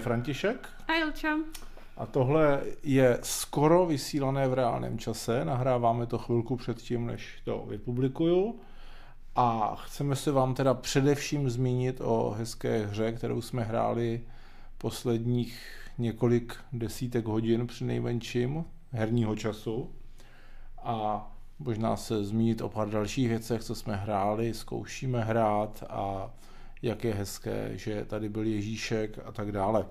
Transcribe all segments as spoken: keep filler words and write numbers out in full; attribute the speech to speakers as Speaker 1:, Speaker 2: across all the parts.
Speaker 1: František.
Speaker 2: A Ilča.
Speaker 1: A tohle je skoro vysílané v reálném čase. Nahráváme to chvilku předtím, než to vypublikuju. A chceme se vám teda především zmínit o hezké hře, kterou jsme hráli posledních několik desítek hodin při nejmenším herního času. A možná se zmínit o pár dalších věcech, co jsme hráli, zkoušíme hrát a jak je hezké, že tady byl Ježíšek a tak dále.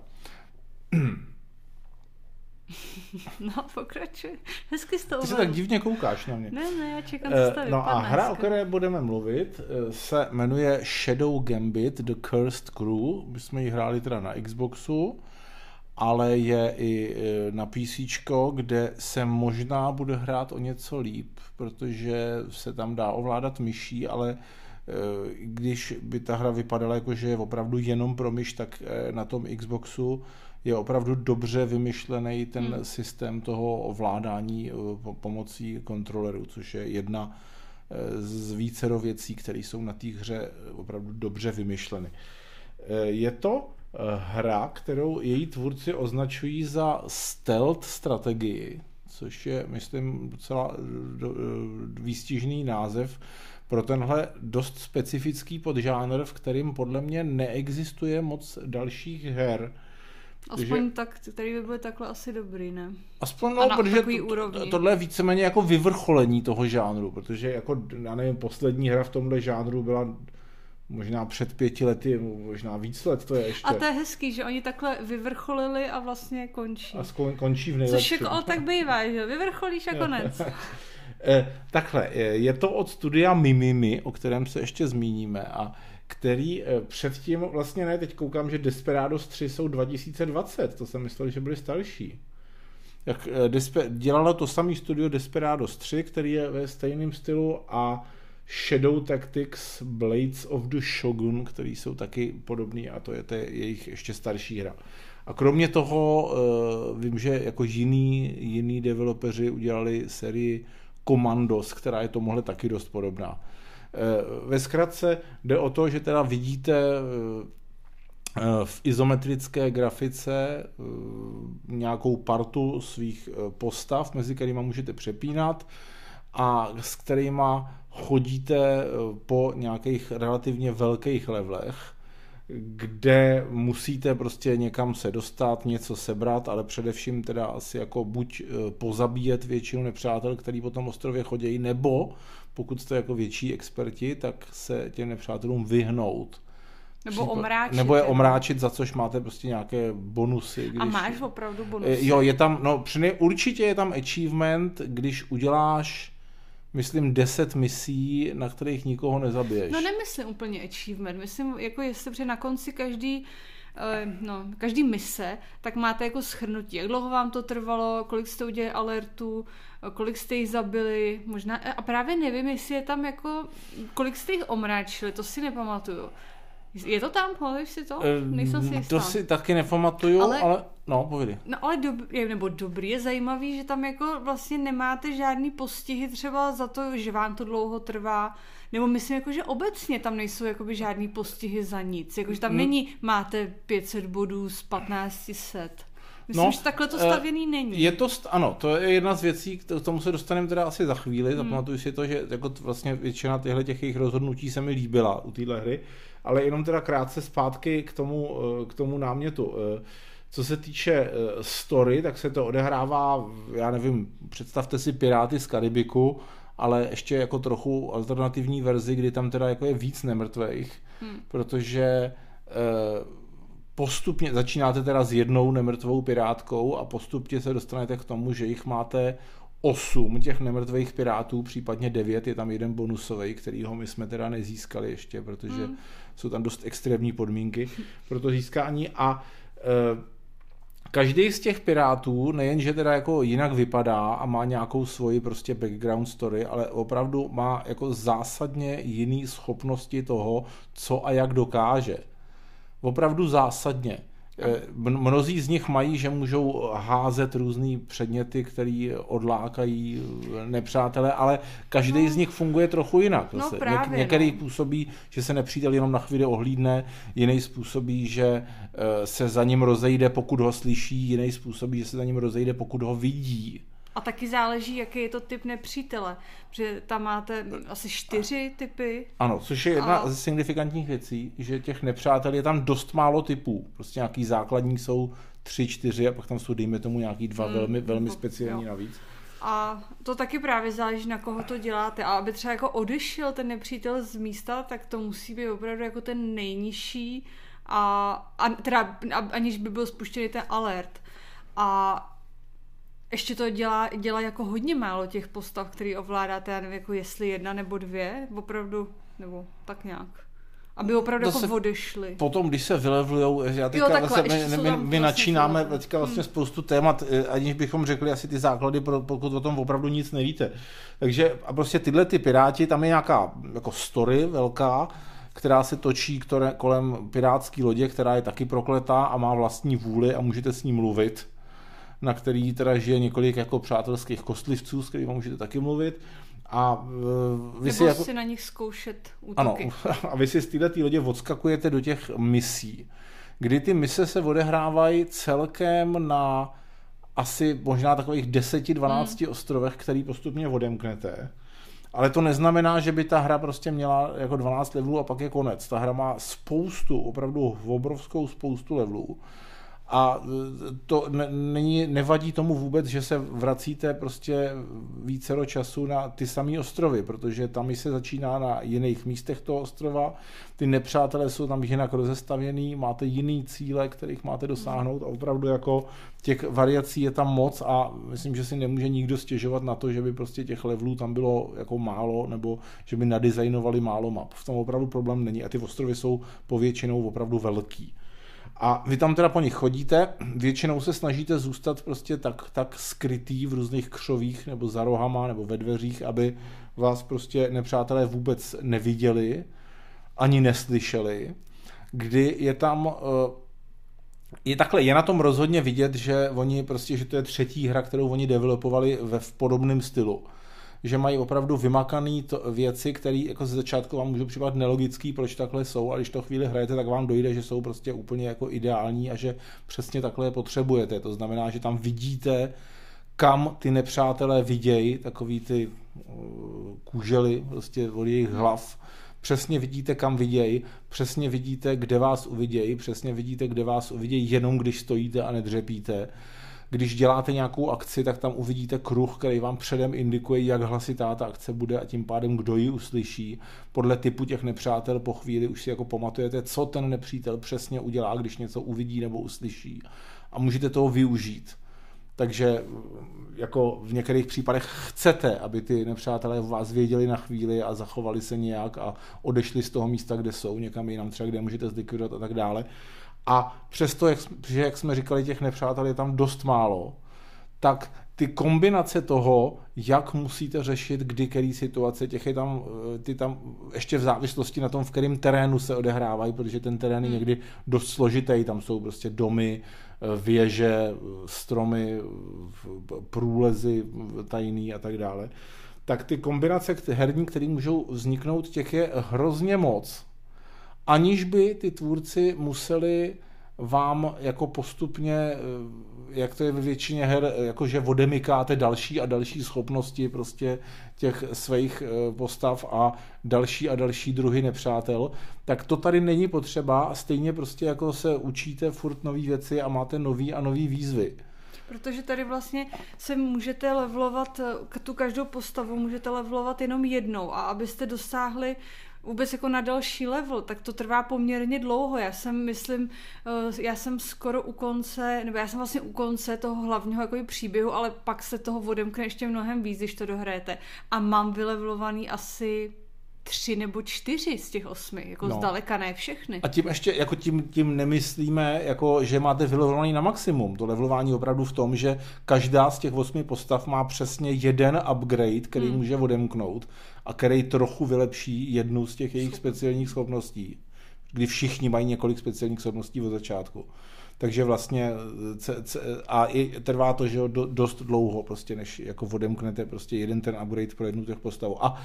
Speaker 2: No, pokračuj. Hezky jsi to
Speaker 1: Ty se
Speaker 2: uvedl.
Speaker 1: tak divně koukáš na mě.
Speaker 2: Ne, ne, já čekám, co to
Speaker 1: uh, No a hra, o které budeme mluvit, se jmenuje Shadow Gambit The Cursed Crew. My jsme ji hráli teda na Xboxu, ale je i na PCčko, kde se možná bude hrát o něco líp, protože se tam dá ovládat myší, ale když by ta hra vypadala jako, že je opravdu jenom pro myš, tak na tom Xboxu je opravdu dobře vymyšlený ten hmm. systém toho ovládání pomocí kontrolerů, což je jedna z vícero věcí, které jsou na té hře opravdu dobře vymyšleny. Je to hra, kterou její tvůrci označují za stealth strategii, což je, myslím, docela výstižný název pro tenhle dost specifický podžánr, v kterým podle mě neexistuje moc dalších her.
Speaker 2: Aspoň že... tak, který by byl takhle asi dobrý, ne?
Speaker 1: Aspoň no, protože to, tohle je víceméně jako vyvrcholení toho žánru, protože jako, já nevím, poslední hra v tomhle žánru byla možná před pěti lety, možná víc let to je ještě.
Speaker 2: A to je hezký, že oni takhle vyvrcholili a vlastně končí.
Speaker 1: A skon, končí v nejlepším.
Speaker 2: Což jako tak bývá, že vyvrcholíš a konec.
Speaker 1: Takhle, je to od studia Mimimi, o kterém se ještě zmíníme a který předtím, vlastně ne, teď koukám, že Desperados tři jsou dva tisíce dvacet, to jsem myslel, že byli starší. Jak dělalo to samý studio Desperados tři, který je ve stejném stylu, a Shadow Tactics Blades of the Shogun, který jsou taky podobný, a to je, to je jejich ještě starší hra. A kromě toho vím, že jako jiný, jiný developeři udělali sérii Commandos, která je tomuhle taky dost podobná. Ve zkratce jde o to, že teda vidíte v izometrické grafice nějakou partu svých postav, mezi kterými můžete přepínat a s kterými chodíte po nějakých relativně velkých levelech, kde musíte prostě někam se dostat, něco sebrat, ale především teda asi jako buď pozabíjet většinu nepřátel, který po tom ostrově chodí, nebo pokud jste jako větší experti, tak se těm nepřátelům vyhnout.
Speaker 2: Nebo omráčit.
Speaker 1: Nebo je omráčit, za což máte prostě nějaké bonusy. Když...
Speaker 2: A máš opravdu bonusy?
Speaker 1: Jo, je tam, no určitě je tam achievement, když uděláš, myslím, deset misí, na kterých nikoho nezabiješ.
Speaker 2: No nemyslím úplně achievement, myslím, jako jestli na konci každý no, každý mise, tak máte jako shrnutí, jak dlouho vám to trvalo, kolik jste udělali alertů, kolik jste jich zabili, možná, a právě nevím, jestli je tam jako, kolik jste jich omráčili, to si nepamatuju. Je to tam, pamatuješ si to? Nejsem si jistá.
Speaker 1: To si taky nepamatuju, ale, ale no, povědej.
Speaker 2: No ale dobrý, nebo dobrý, je zajímavý, že tam jako vlastně nemáte žádný postihy třeba za to, že vám to dlouho trvá, nebo myslím jako, že obecně tam nejsou jakoby žádný postihy za nic, jakože tam není, máte pět set bodů z patnáct set. Myslím, no, že takhle to stavěný uh, není.
Speaker 1: Je to, ano, to je jedna z věcí, k tomu se dostaneme teda asi za chvíli, hmm. Zapamatuju si to, že jako vlastně většina těchto těch jejich rozhodnutí se mi líbila u téhle hry, ale jenom teda krátce zpátky k tomu, k tomu námětu. Co se týče story, tak se to odehrává, já nevím, představte si Piráty z Karibiku, ale ještě jako trochu alternativní verzi, kdy tam teda jako je víc nemrtvejch, hmm. protože postupně začínáte teda s jednou nemrtvou pirátkou a postupně se dostanete k tomu, že jich máte osm těch nemrtvých pirátů, případně devět, je tam jeden bonusový, kterýho my jsme teda nezískali ještě, protože hmm. jsou tam dost extrémní podmínky pro to získání a e, každý z těch pirátů nejenže teda jako jinak vypadá a má nějakou svoji prostě background story, ale opravdu má jako zásadně jiný schopnosti toho, co a jak dokáže. Opravdu zásadně. Mnozí z nich mají, že můžou házet různý předměty, které odlákají nepřátele, ale každý no. z nich funguje trochu jinak.
Speaker 2: No, právě,
Speaker 1: Něk- některý
Speaker 2: no.
Speaker 1: působí, že se nepřítel jenom na chvíli ohlídne, jiný způsobí, že se za ním rozejde, pokud ho slyší, jiný způsobí, že se za ním rozejde, pokud ho vidí.
Speaker 2: A taky záleží, jaký je to typ nepřítele, protože tam máte asi čtyři typy.
Speaker 1: Ano, což je jedna
Speaker 2: a...
Speaker 1: ze signifikantních věcí, že těch nepřátel je tam dost málo typů. Prostě nějaký základní jsou tři, čtyři a pak tam jsou, dejme tomu, nějaký dva hmm, velmi, velmi speciální jo. navíc.
Speaker 2: A to taky právě záleží, na koho to děláte. A aby třeba jako odešel ten nepřítel z místa, tak to musí být opravdu jako ten nejnižší, a, a teda aniž by byl spuštěný ten alert. A ještě to dělá, dělá jako hodně málo těch postav, který ovládáte, já nevím, jako jestli jedna nebo dvě, opravdu, nebo tak nějak. Aby opravdu to jako odešli.
Speaker 1: Potom, když se vylevlujou, já teďka jo, takhle, vlastně, my, my, my načínáme vlastně, teďka vlastně hmm. spoustu témat, aniž bychom řekli asi ty základy, pokud o tom opravdu nic nevíte. Takže a prostě tyhle ty piráti, tam je nějaká jako story velká, která se točí které, kolem pirátské lodě, která je taky prokletá a má vlastní vůli a můžete s ní mluvit, na který teda žije několik jako přátelských kostlivců, s kterými můžete taky mluvit. A vy
Speaker 2: Nebo
Speaker 1: si, jako...
Speaker 2: si na nich zkoušet útoky.
Speaker 1: Ano, a vy si z této lodě odskakujete do těch misí, kdy ty mise se odehrávají celkem na asi možná takových deset dvanáct hmm. ostrovech, který postupně odemknete. Ale to neznamená, že by ta hra prostě měla jako dvanáct levelů a pak je konec. Ta hra má spoustu, opravdu obrovskou spoustu levelů. A to není, nevadí tomu vůbec, že se vracíte prostě vícero času na ty samé ostrovy, protože tam se začíná na jiných místech toho ostrova, ty nepřátelé jsou tam jinak rozestavěný, máte jiný cíle, kterých máte dosáhnout a opravdu jako těch variací je tam moc a myslím, že si nemůže nikdo stěžovat na to, že by prostě těch levelů tam bylo jako málo nebo že by nadizajnovali málo map. V tom opravdu problém není a ty ostrovy jsou povětšinou opravdu velký. A vy tam teda po nich chodíte, většinou se snažíte zůstat prostě tak, tak skrytý v různých křovích nebo za rohama nebo ve dveřích, aby vás prostě nepřátelé vůbec neviděli ani neslyšeli, kdy je tam je takhle, je na tom rozhodně vidět, že oni prostě, že to je třetí hra, kterou oni developovali ve v podobném stylu. Že mají opravdu vymakané věci, které jako ze začátku vám můžou připadat nelogický, proč takhle jsou, a když to chvíli hrajete, tak vám dojde, že jsou prostě úplně jako ideální a že přesně takhle je potřebujete. To znamená, že tam vidíte, kam ty nepřátelé vidějí, takový ty kůžely prostě od jejich hlav. Přesně vidíte, kam vidějí, přesně vidíte, kde vás uvidějí, přesně vidíte, kde vás uvidějí, jenom když stojíte a nedřepíte. Když děláte nějakou akci, tak tam uvidíte kruh, který vám předem indikuje, jak hlasitá ta akce bude a tím pádem, kdo ji uslyší. Podle typu těch nepřátel po chvíli už si jako pamatujete, co ten nepřítel přesně udělá, když něco uvidí nebo uslyší. A můžete toho využít. Takže jako v některých případech chcete, aby ty nepřátelé vás věděli na chvíli a zachovali se nějak a odešli z toho místa, kde jsou, někam jinam třeba, kde můžete zlikvidovat a tak dále. A přesto, jak, že jak jsme říkali, těch nepřátel je tam dost málo, tak ty kombinace toho, jak musíte řešit kdy, který situace, těch je tam, ty tam ještě v závislosti na tom, v kterém terénu se odehrávají, protože ten terén je někdy dost složitý, tam jsou prostě domy, věže, stromy, průlezy tajný a tak dále. Tak ty kombinace herní, které můžou vzniknout, těch je hrozně moc. Aniž by ty tvůrci museli vám jako postupně, jak to je ve většině her, jakože odemykáte další a další schopnosti prostě těch svých postav a další a další druhy nepřátel, tak to tady není potřeba a stejně prostě jako se učíte furt nový věci a máte nový a nový výzvy.
Speaker 2: Protože tady vlastně se můžete levelovat, tu každou postavu můžete levelovat jenom jednou a abyste dosáhli vůbec jako na další level, tak to trvá poměrně dlouho. Já jsem, myslím, já jsem skoro u konce, nebo já jsem vlastně u konce toho hlavního jako příběhu, ale pak se toho odemkne ještě mnohem víc, když to dohrajete. A mám vylevelovaný asi tři nebo čtyři z těch osmi, jako no. Zdaleka ne všechny.
Speaker 1: A tím ještě, jako tím, tím nemyslíme, jako, že máte vylevelovaný na maximum. To levelování opravdu v tom, že každá z těch osmi postav má přesně jeden upgrade, který hmm. může odemknout a který trochu vylepší jednu z těch jejich speciálních schopností, kdy všichni mají několik speciálních schopností od začátku. takže vlastně a i trvá to, že jo, dost dlouho, prostě než jako odemknete prostě jeden ten upgrade pro jednu těch postavu. A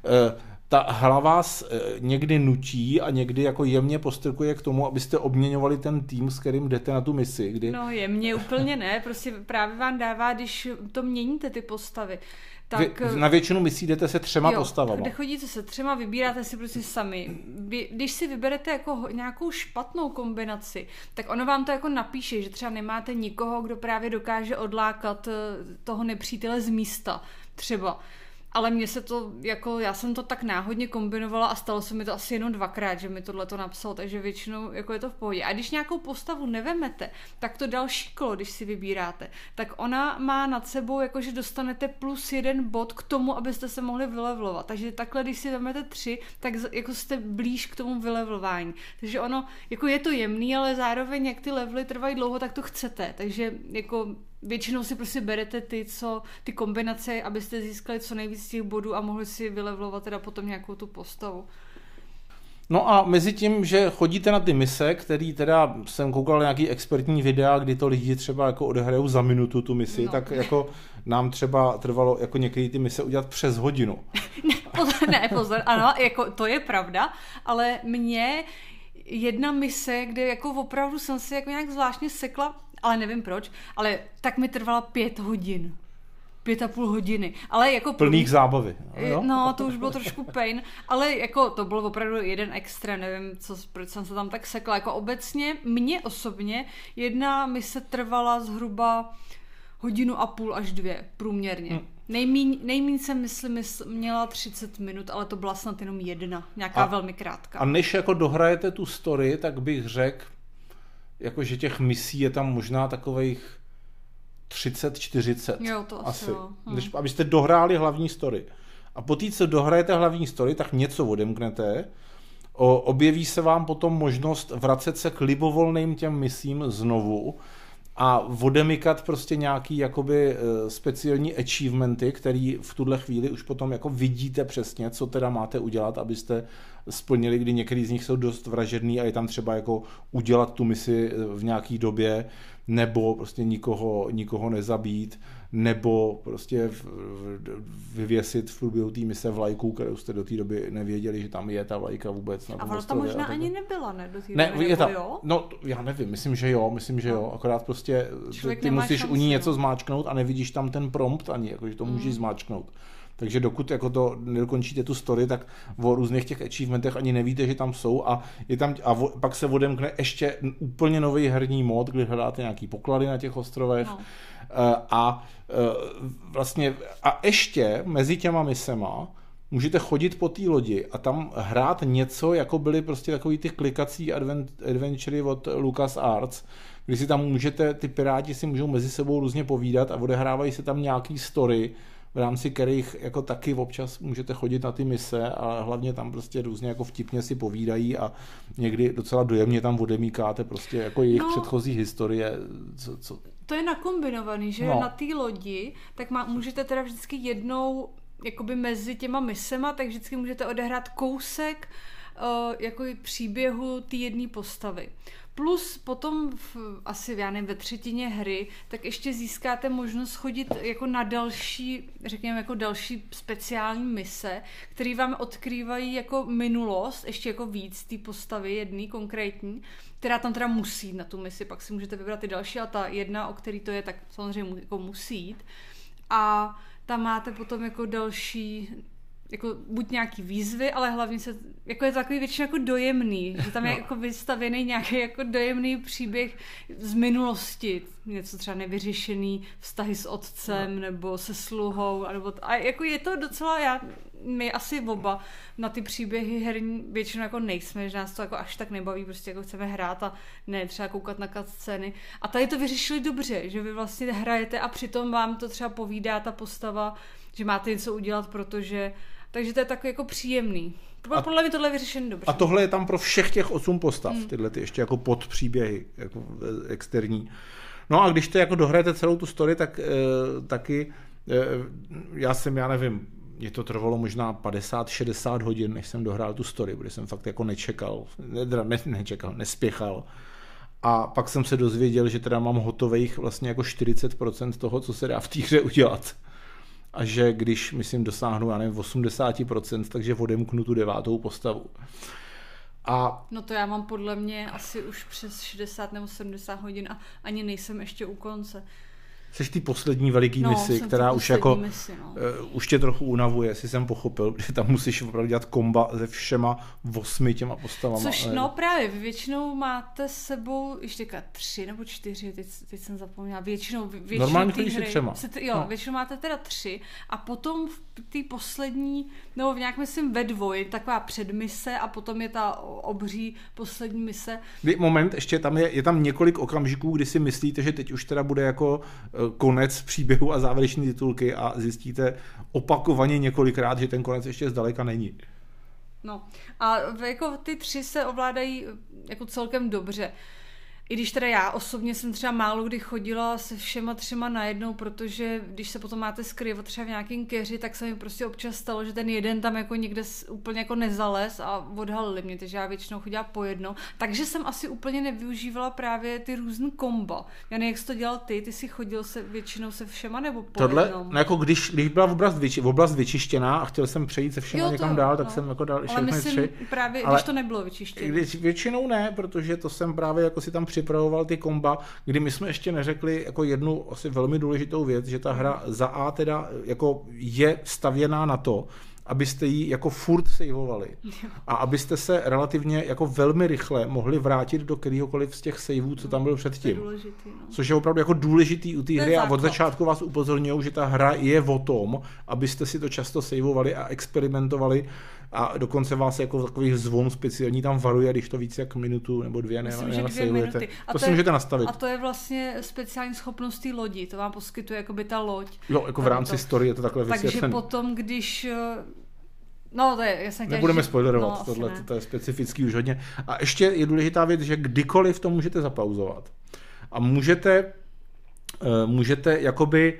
Speaker 1: ta hra vás někdy nutí a někdy jako jemně postrkuje k tomu, abyste obměňovali ten tým, s kterým jdete na tu misi. Kdy...
Speaker 2: No jemně úplně ne, prostě právě vám dává, když to měníte ty postavy. Tak,
Speaker 1: Vy, na většinu misí jdete se třema
Speaker 2: jo,
Speaker 1: postavama.
Speaker 2: Kde chodíte se třema, vybíráte si prostě sami. Když si vyberete jako nějakou špatnou kombinaci, tak ono vám to jako napíše, že třeba nemáte nikoho, kdo právě dokáže odlákat toho nepřítele z místa. Třeba. Ale mně se to, jako já jsem to tak náhodně kombinovala a stalo se mi to asi jenom dvakrát, že mi tohle to napsalo, takže většinou jako je to v pohodě. A když nějakou postavu nevemete, tak to další kolo, když si vybíráte, tak ona má nad sebou, jakože dostanete plus jeden bod k tomu, abyste se mohli vylevlovat. Takže takhle, když si vezmete tři, tak jako jste blíž k tomu vylevlování. Takže ono, jako je to jemný, ale zároveň, jak ty levely trvají dlouho, tak to chcete. Takže jako většinou si prostě berete ty, co, ty kombinace, abyste získali co nejvíc těch bodů a mohli si vylevlovat teda potom nějakou tu postavu.
Speaker 1: No a mezi tím, že chodíte na ty mise, který teda jsem koukal nějaký expertní videa, kdy to lidi třeba jako odehrajou za minutu tu misi, no. Tak jako nám třeba trvalo jako některé ty mise udělat přes hodinu.
Speaker 2: ne, pozor, ne, pozor, ano, jako to je pravda, ale mě jedna mise, kde jako opravdu jsem si jako nějak zvláštně sekla, ale nevím proč, ale tak mi trvala pět hodin. Pět a půl hodiny. Ale jako
Speaker 1: plných zábavy. Jo?
Speaker 2: No, to už bylo trošku pain, ale jako to byl opravdu jeden extrém, nevím, co, proč jsem se tam tak sekla. Jako obecně, mně osobně jedna mise trvala zhruba hodinu a půl až dvě průměrně. Hmm. Nejmíň, nejmíň jsem myslím měla třicet minut, ale to byla snad jenom jedna, nějaká a, velmi krátká.
Speaker 1: A než jako dohrajete tu story, tak bych řekl, jakože těch misí je tam možná takových třicet čtyřicet.
Speaker 2: Jo, to asi. asi.
Speaker 1: Hm. Když, abyste dohráli hlavní story. A po té, co dohrajete hlavní story, tak něco odemknete. O, objeví se vám potom možnost vracet se k libovolným těm misím znovu a odemykat prostě nějaký jakoby speciální achievementy, který v tuhle chvíli už potom jako vidíte přesně, co teda máte udělat, abyste splnili, kdy některý z nich jsou dost vražedný a je tam třeba jako udělat tu misi v nějaký době, nebo prostě nikoho, nikoho nezabít, nebo prostě v, v, vyvěsit v průběhu té mise vlajku, kterou jste do té doby nevěděli, že tam je ta vlajka vůbec. Na
Speaker 2: a ona tam možná ani nebyla, ne? Do té
Speaker 1: ne,
Speaker 2: doby,
Speaker 1: je tam,
Speaker 2: jo?
Speaker 1: No, já nevím, myslím, že jo, myslím, že no. jo, akorát prostě ty, ty musíš šanci, u ní něco no. zmáčknout a nevidíš tam ten prompt ani, jakože to mm. můžeš zmáčknout. Takže dokud jako to nedokončíte tu story, tak o různých těch achievementech ani nevíte, že tam jsou a, je tam, a vo, pak se odemkne ještě úplně nový herní mod, kdy hledáte nějaký poklady na těch ostrovech no. a vlastně a ještě mezi těma misema můžete chodit po té lodi a tam hrát něco, jako byly prostě takový ty klikací advent, adventury od LucasArts, kdy si tam můžete, ty piráti si můžou mezi sebou různě povídat a odehrávají se tam nějaký story, v rámci kterých jako taky občas můžete chodit na ty mise, ale hlavně tam prostě různě jako vtipně si povídají a někdy docela dojemně tam odemíkáte prostě jako jejich no, předchozí historie. Co, co...
Speaker 2: To je nakombinovaný, že no. na té lodi, tak má, můžete teda vždycky jednou jakoby mezi těma misema, tak vždycky můžete odehrát kousek uh, jako příběhu té jedné postavy. Plus potom v, asi já nevím, ve třetině hry, tak ještě získáte možnost chodit jako na další, řekněme jako další speciální mise, které vám odkrývají jako minulost, ještě jako víc té postavy jedný konkrétní, která tam teda musí jít na tu misi, pak si můžete vybrat i další a ta jedna, o který to je, tak samozřejmě jako musí jít. A tam máte potom jako další jako buď nějaký výzvy, ale hlavně se, jako je to takový většinou jako dojemný, že tam je no. jako vystavěný nějaký jako dojemný příběh z minulosti, něco třeba nevyřešený, vztahy s otcem, no. nebo se sluhou, nebo t- a jako je to docela, já, my asi oba na ty příběhy herní většinou jako nejsme, že nás to jako až tak nebaví, prostě jako chceme hrát a ne třeba koukat na cutscény. A tady to vyřešili dobře, že vy vlastně hrajete a přitom vám to třeba povídá ta postava, že máte něco udělat, protože takže to je takový jako příjemný. Podle mě tohle je vyřešený dobře.
Speaker 1: A tohle je tam pro všech těch osm postav, hmm. tyhle ty ještě jako podpříběhy, jako externí. No a když to jako dohrajete celou tu story, tak e, taky e, já jsem, já nevím, mě to trvalo možná padesát šedesát hodin, než jsem dohrál tu story, protože jsem fakt jako nečekal, ne, ne, nečekal, nespěchal. A pak jsem se dozvěděl, že teda mám hotových vlastně jako čtyřicet procent toho, co se dá v té hře udělat. A že když, myslím, dosáhnu, já nevím, osmdesát procent, takže odemknu tu devátou postavu. A
Speaker 2: no to já mám podle mě asi už přes šedesát nebo sedmdesát hodin a ani nejsem ještě u konce.
Speaker 1: Jsi ty poslední veliký
Speaker 2: no,
Speaker 1: misi, která už jako
Speaker 2: misi, no.
Speaker 1: uh, už tě trochu unavuje, jestli jsem pochopil, že tam musíš opravdu dělat komba se všema osmi těma postavama.
Speaker 2: Což no právě, většinou máte s sebou ještě tři nebo čtyři, teď, teď jsem zapomněla, většinou většinou
Speaker 1: normálně chodíš hry, třema.
Speaker 2: Se, jo, no. Většinou máte teda tři a potom v té poslední, nebo v nějak myslím ve dvoji, taková předmise a potom je ta obří poslední mise.
Speaker 1: Moment, ještě tam je, je tam několik okamžiků, kdy si myslíte, že teď už teda bude jako konec příběhu a závěrečné titulky a zjistíte opakovaně několikrát, že ten konec ještě zdaleka není.
Speaker 2: No a jako ty tři se ovládají jako celkem dobře. I když teda já osobně jsem třeba málo kdy chodila se všema třema najednou, protože když se potom máte skrývat třeba v nějakým keři, tak se mi prostě občas stalo, že ten jeden tam jako někde úplně jako nezalez a odhalili mě, takže já většinou chodila po jednou. Takže jsem asi úplně nevyužívala právě ty různý komba. Já nevím, jak jsi to dělal ty, ty jsi chodil se většinou se všema nebo po
Speaker 1: Tohle,
Speaker 2: jednou?
Speaker 1: No jako když, když byla oblast, vyči, oblast vyčištěná a chtěl jsem přejít se všema jo, to, někam dál, tak
Speaker 2: no.
Speaker 1: jsem jako dal
Speaker 2: ale
Speaker 1: všechny
Speaker 2: myslím,
Speaker 1: tři.
Speaker 2: právě,
Speaker 1: ale
Speaker 2: když to nebylo vyčištěné.
Speaker 1: Když většinou ne, protože to jsem právě jako si tam připravoval ty komba, kdy my jsme ještě neřekli jako jednu asi velmi důležitou věc, že ta hra za A teda jako je stavěná na to, abyste ji jako furt saveovali a abyste se relativně jako velmi rychle mohli vrátit do kterýhokoliv z těch saveů, co tam byl předtím.
Speaker 2: Důležitý, no.
Speaker 1: Což je opravdu jako důležitý u té hry a od začátku vás upozorňují, že ta hra je o tom, abyste si to často saveovali a experimentovali a dokonce vás jako takových zvon speciální tam varuje, když to víc jak minutu nebo dvě nenasavujete. To, to si můžete nastavit.
Speaker 2: A to je vlastně speciální schopnost té lodi, to vám poskytuje jakoby ta loď.
Speaker 1: Jo, jako v rámci to. Story je to takhle vysvětlené.
Speaker 2: Takže potom, když... No, to je, já jsem
Speaker 1: nebudeme
Speaker 2: že...
Speaker 1: spoilerovat,
Speaker 2: no,
Speaker 1: tohle
Speaker 2: ne.
Speaker 1: to je specifický už hodně. A ještě je důležitá věc, že kdykoliv to můžete zapauzovat. A můžete, můžete jakoby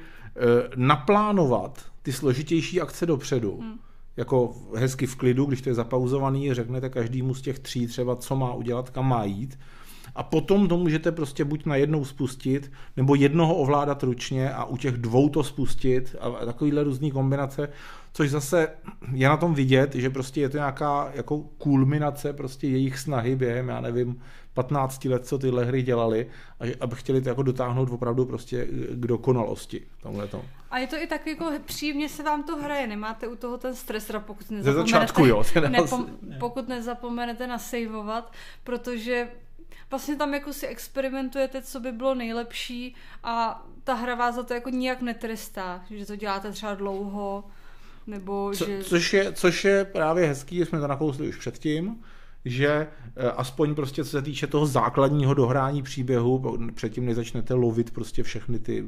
Speaker 1: naplánovat ty složitější akce dopředu. Hmm. Jako hezky v klidu, když to je zapauzovaný, řeknete každému z těch tří třeba, co má udělat, kam má jít. A potom to můžete prostě buď na jednou spustit, nebo jednoho ovládat ručně a u těch dvou to spustit a takovýhle různý kombinace, což zase je na tom vidět, že prostě je to nějaká jako kulminace prostě jejich snahy během, já nevím, patnáct let, co tyhle hry dělali a že, aby chtěli to jako dotáhnout opravdu prostě k dokonalosti. Tomhletom.
Speaker 2: A je to i tak jako příjemně se vám to hraje, nemáte u toho ten stres, pokud
Speaker 1: nezapomenete, Ze začátku, jo,
Speaker 2: nepom, pokud nezapomenete nasejvovat, protože vlastně tam jako si experimentujete, co by bylo nejlepší a ta hra vás za to jako nijak netrestá, že to děláte třeba dlouho, nebo
Speaker 1: Co,
Speaker 2: že...
Speaker 1: Což je, což je právě hezký, že jsme to nakousli už předtím, že aspoň prostě co se týče toho základního dohrání příběhu, předtím než začnete lovit prostě všechny ty,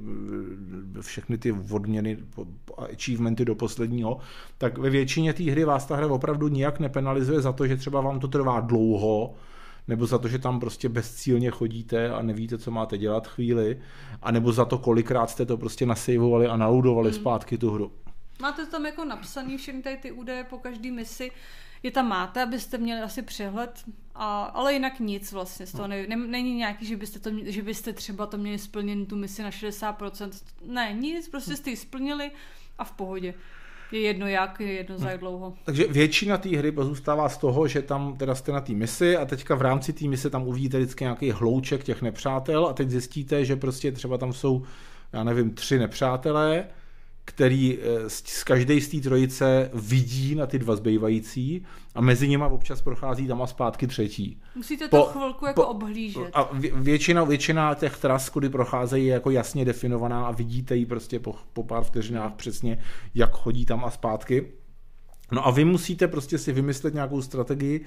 Speaker 1: všechny ty odměny a achievementy do posledního, tak ve většině té hry vás ta hra opravdu nijak nepenalizuje za to, že třeba vám to trvá dlouho, nebo za to, že tam prostě bezcílně chodíte a nevíte, co máte dělat chvíli, a nebo za to, kolikrát jste to prostě nasejvovali a naloadovali hmm. zpátky tu hru.
Speaker 2: Máte tam jako napsaný všechny tady ty údaje po každý misi, je tam máte, abyste měli asi přehled, a, ale jinak nic vlastně z toho. Ne, ne, není nějaký, že byste, to, že byste třeba to měli splněný tu misi na šedesát procent. Ne, nic, prostě jste ji splnili a v pohodě. Je jedno jak, je jedno za jak dlouho.
Speaker 1: Takže většina té hry pozůstává z toho, že tam teda jste na té misi a teďka v rámci té mise tam uvidíte vždycky nějaký hlouček těch nepřátel a teď zjistíte, že prostě třeba tam jsou, já nevím, tři nepřátelé, který z každé z té trojice vidí na ty dva zbývající a mezi nimi občas prochází tam a zpátky třetí.
Speaker 2: Musíte to po, chvilku jako po, obhlížet.
Speaker 1: A většina, většina těch tras, kudy procházejí, je jako jasně definovaná a vidíte ji prostě po, po pár vteřinách přesně, jak chodí tam a zpátky. No a vy musíte prostě si vymyslet nějakou strategii,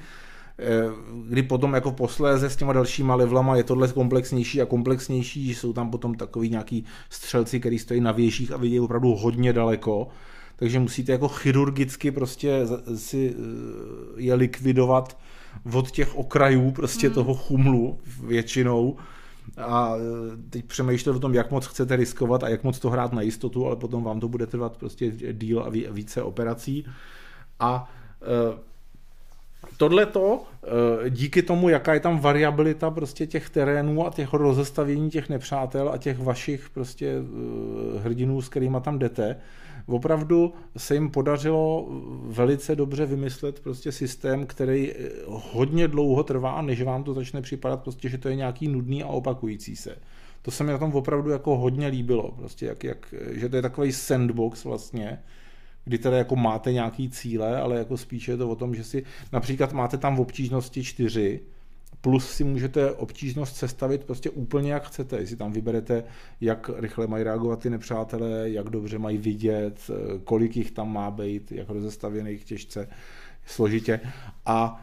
Speaker 1: kdy potom jako posléze s těma dalšíma levelama je tohle komplexnější a komplexnější, že jsou tam potom takový nějaký střelci, který stojí na věžích a vidí opravdu hodně daleko, takže musíte jako chirurgicky prostě si je likvidovat od těch okrajů prostě hmm. toho chumlu většinou a teď přemýšlíte o tom, jak moc chcete riskovat a jak moc to hrát na jistotu, ale potom vám to bude trvat prostě díl a více operací a Tohleto, díky tomu, jaká je tam variabilita prostě těch terénů a těch rozestavění těch nepřátel a těch vašich prostě hrdinů, s kterýma tam jdete, opravdu se jim podařilo velice dobře vymyslet prostě systém, který hodně dlouho trvá, než vám to začne připadat prostě, že to je nějaký nudný a opakující se. To se mi na tom opravdu jako hodně líbilo, prostě jak, jak, že to je takový sandbox vlastně, kdy teda jako máte nějaký cíle, ale jako spíše je to o tom, že si například máte tam v obtížnosti čtyři, plus si můžete obtížnost sestavit prostě úplně jak chcete. Jestli tam vyberete, jak rychle mají reagovat ty nepřátelé, jak dobře mají vidět, kolik jich tam má být, jak rozestavěných těžce, složitě. A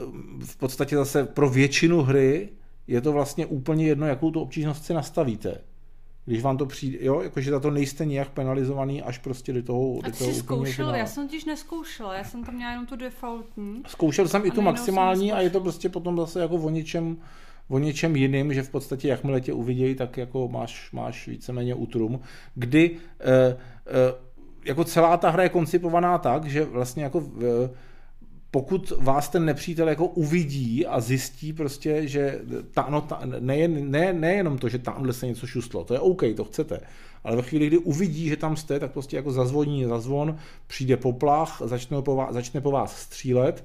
Speaker 1: v podstatě zase pro většinu hry je to vlastně úplně jedno, jakou tu obtížnost si nastavíte. Když vám to přijde, jo, jakože za to nejste nijak penalizovaný až prostě do toho.
Speaker 2: A ty jsi zkoušel? Já jsem totiž neskoušela, já jsem tam měla jenom tu defaultní.
Speaker 1: Zkoušel jsem i tu maximální a je to prostě potom zase jako o něčem, o něčem jiným, že v podstatě jakmile tě uvidějí, tak jako máš, máš víceméně utrum, kdy eh, eh, jako celá ta hra je koncipovaná tak, že vlastně jako eh, pokud vás ten nepřítel jako uvidí a zjistí prostě, že ta, no, ta, ne, ne, nejenom to, že tamhle se něco šustlo, to je OK, to chcete, ale ve chvíli, kdy uvidí, že tam jste, tak prostě jako zazvoní zazvon, přijde poplach, začne po vás, začne po vás střílet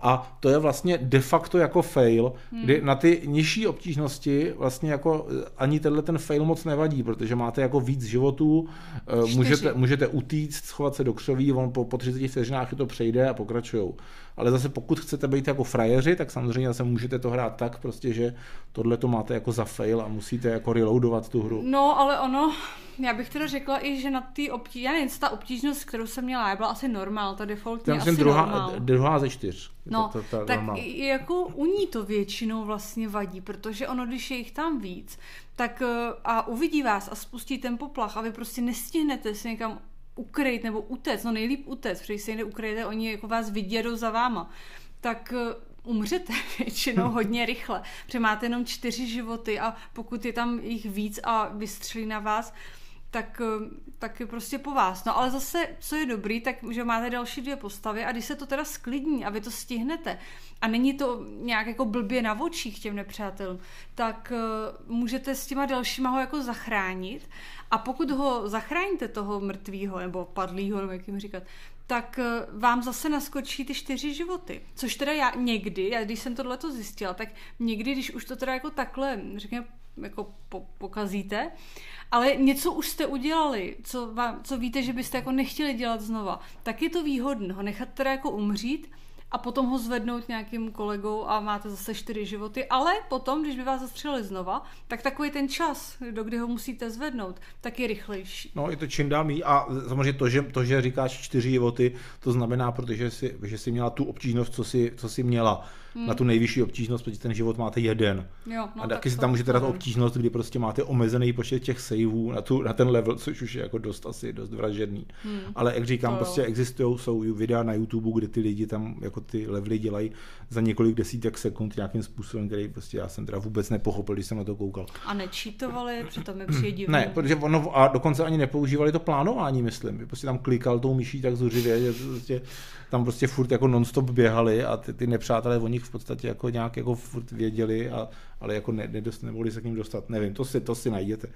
Speaker 1: a to je vlastně de facto jako fail, hmm. kdy na ty nižší obtížnosti vlastně jako ani tenhle ten fail moc nevadí, protože máte jako víc životů, můžete, můžete utíct, schovat se do křoví, on po, po třiceti vteřinách to přejde a pokračujou. Ale zase pokud chcete být jako frajeři, tak samozřejmě zase můžete to hrát tak prostě, že tohle to máte jako za fail a musíte jako reloadovat tu hru.
Speaker 2: No, ale ono, já bych teda řekla i, že na ty obtížnosti, já nevím, ta obtížnost, kterou jsem měla, byla asi normál, ta defaultní asi
Speaker 1: druhá,
Speaker 2: normál.
Speaker 1: druhá ze čtyř.
Speaker 2: No,
Speaker 1: to, to, to
Speaker 2: tak
Speaker 1: normál.
Speaker 2: jako u ní to většinou vlastně vadí, protože ono, když je jich tam víc, tak a uvidí vás a spustí ten poplach a vy prostě nestihnete si někam ukryt nebo utéct, no nejlíp utéct, protože se někde ukryjete, oni jako vás vydědou za váma, tak umřete většinou hodně rychle, protože máte jenom čtyři životy a pokud je tam jich víc a vystřelí na vás, tak, tak je prostě po vás. No ale zase, co je dobrý, tak že máte další dvě postavy a když se to teda sklidní a vy to stihnete a není to nějak jako blbě na očích těm nepřátelům, tak uh, můžete s těma dalšíma ho jako zachránit a pokud ho zachráníte toho mrtvýho nebo padlýho, nebo jak jim říkat, tak uh, vám zase naskočí ty čtyři životy. Což teda já někdy, já když jsem tohleto zjistila, tak někdy, když už to teda jako takhle, řekněme, jako po, pokazíte, ale něco už jste udělali, co, vám, co víte, že byste jako nechtěli dělat znova, tak je to výhodné ho nechat teda jako umřít a potom ho zvednout nějakým kolegou a máte zase čtyři životy, ale potom, když by vás zastřelili znova, tak takový ten čas, do kdy ho musíte zvednout, tak je rychlejší.
Speaker 1: No, je to čím dál míň a samozřejmě to, že, to, že říkáš čtyři životy, to znamená, protože jsi, že jsi měla tu obtížnost, co jsi, co jsi měla. Hmm. Na tu nejvyšší obtížnost, protože ten život máte jeden.
Speaker 2: Jo, no,
Speaker 1: a taky si tam můžete dát obtížnost, kdy prostě máte omezený počet těch saveů na, tu, na ten level, což už je jako dost asi dost vražedný. Hmm. Ale jak říkám, to prostě existují, jsou videa na YouTube, kde ty lidi tam jako ty levely dělají za několik desítek sekund nějakým způsobem, který prostě já jsem teda vůbec nepochopil, když jsem na to koukal.
Speaker 2: A nečítovali, přitom mi přijde divný.
Speaker 1: Ne, protože ono a dokonce ani nepoužívali to plánování, myslím. Prostě tam klikal tou myší tak zuřivě, že prostě tam prostě furt jako non-stop běhali a ty, ty nepřátelé o nich v podstatě jako nějak jako furt věděli, a, ale jako ne, nedost, nemohli se k ním dostat. Nevím, to si, to si najděte.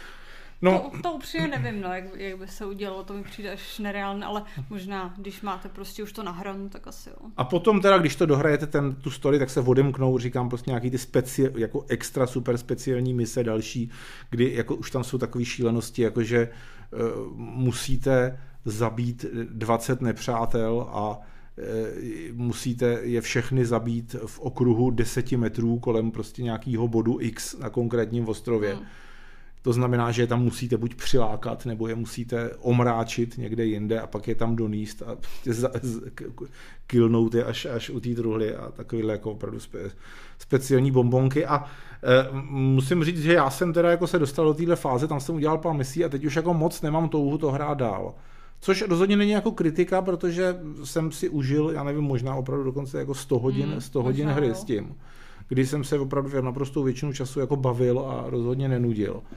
Speaker 2: No, to, to upřímně nevím, no, jak, jak by se udělalo, to mi přijde až nereálné, ale možná, když máte prostě už to nahranou, tak asi jo.
Speaker 1: A potom teda, když to dohrajete ten, tu story, tak se odemknou, říkám, prostě nějaký ty speci, jako extra super speciální mise další, kdy jako už tam jsou takové šílenosti, jakože uh, musíte zabít dvacet nepřátel a musíte je všechny zabít v okruhu deseti metrů kolem prostě nějakého bodu X na konkrétním ostrově. Hmm. To znamená, že je tam musíte buď přilákat, nebo je musíte omráčit někde jinde a pak je tam doníst a killnout je až, až u té truhly a takovýhle jako opravdu spe, speciální bombonky. A e, musím říct, že já jsem teda jako se dostal do téhle fáze, tam jsem udělal pár misí a teď už jako moc nemám touhu to hrát dál. Což rozhodně není jako kritika, protože jsem si užil, já nevím, možná opravdu dokonce jako sto hodin, hmm, sto hodin hry jo. s tím, kdy jsem se opravdu naprostou většinu času jako bavil a rozhodně nenudil.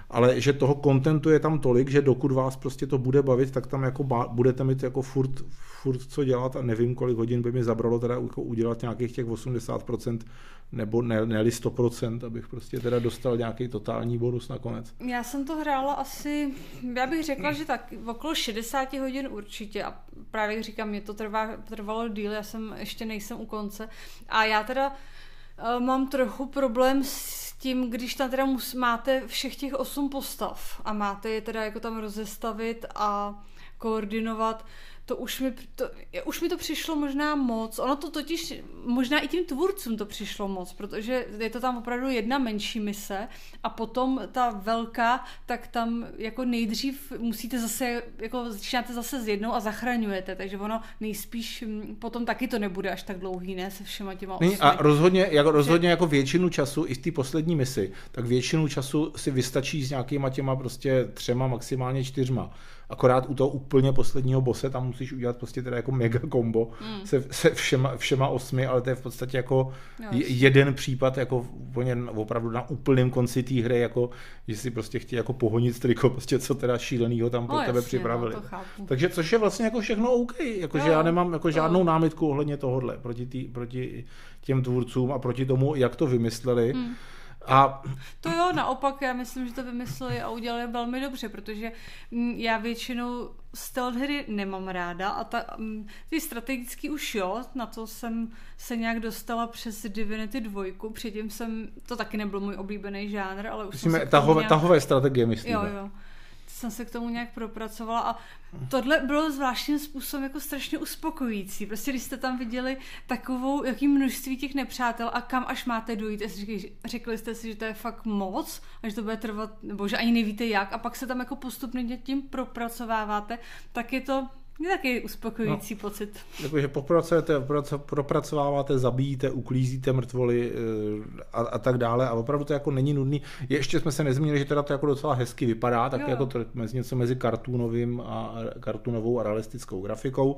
Speaker 1: ale že toho kontentu je tam tolik, že dokud vás prostě to bude bavit, tak tam jako ba- budete mít jako furt, furt co dělat a nevím, kolik hodin by mi zabralo teda jako udělat nějakých těch osmdesát procent nebo ne, ne sto procent, abych prostě teda dostal nějaký totální bonus nakonec.
Speaker 2: Já jsem to hrála asi, já bych řekla, že tak okolo šedesát hodin určitě a právě říkám, mě to trvá, trvalo díl, já jsem ještě nejsem u konce a já teda uh, mám trochu problém s tím, když tam teda mus, máte všech těch osm postav a máte je teda jako tam rozestavit a koordinovat, to už mi to, už mi to přišlo možná moc. Ono to totiž, možná i tím tvůrcům to přišlo moc, protože je to tam opravdu jedna menší mise a potom ta velká, tak tam jako nejdřív musíte zase, jako začínáte zase s jednou a zachraňujete, takže ono nejspíš potom taky to nebude až tak dlouhý, ne, se všema těma osmi.
Speaker 1: A rozhodně, jako, rozhodně jako většinu času, i v té poslední misi, tak většinu času si vystačí s nějakýma těma prostě třema, maximálně čtyřma. Akorát u toho úplně posledního bose tam musíš udělat prostě teda jako mega kombo mm. se, se všema, všema osmi, ale to je v podstatě jako jo. jeden případ jako úplně opravdu na úplném konci té hry, jako že si prostě chtějí jako pohonit triko, prostě co teda šílenýho tam pro no, tebe jasně, připravili. No, takže což je vlastně jako všechno OK, jakože já nemám jako žádnou jo. námitku ohledně tohodle proti, tý, proti těm tvůrcům a proti tomu, jak to vymysleli. Mm. A...
Speaker 2: To jo, naopak, já myslím, že to vymysleli a udělali velmi dobře, protože já většinou stealth hry nemám ráda a ta, ty strategický už jo, na to jsem se nějak dostala přes Divinity dva, předtím jsem, to taky nebyl můj oblíbený žánr, ale už
Speaker 1: Myslíme,
Speaker 2: jsem se
Speaker 1: tahové,
Speaker 2: nějak...
Speaker 1: tahové strategie, myslím.
Speaker 2: Jo, jo. Jsem se k tomu nějak propracovala a tohle bylo zvláštním způsobem jako strašně uspokojící. Prostě když jste tam viděli takovou, jaký množství těch nepřátel a kam až máte dojít, řekli, řekli jste si, že to je fakt moc a že to bude trvat, nebo že ani nevíte jak a pak se tam jako postupně tím propracováváte, tak je to je taky uspokojující no, pocit.
Speaker 1: Jakože popracujete, propracováváte, zabíjíte, uklízíte mrtvoly a, a tak dále a opravdu to jako není nudný. Ještě jsme se nezmínili, že teda to jako docela hezky vypadá, tak jo. jako to mezi něco mezi kartoonovým a kartoonovou a realistickou grafikou.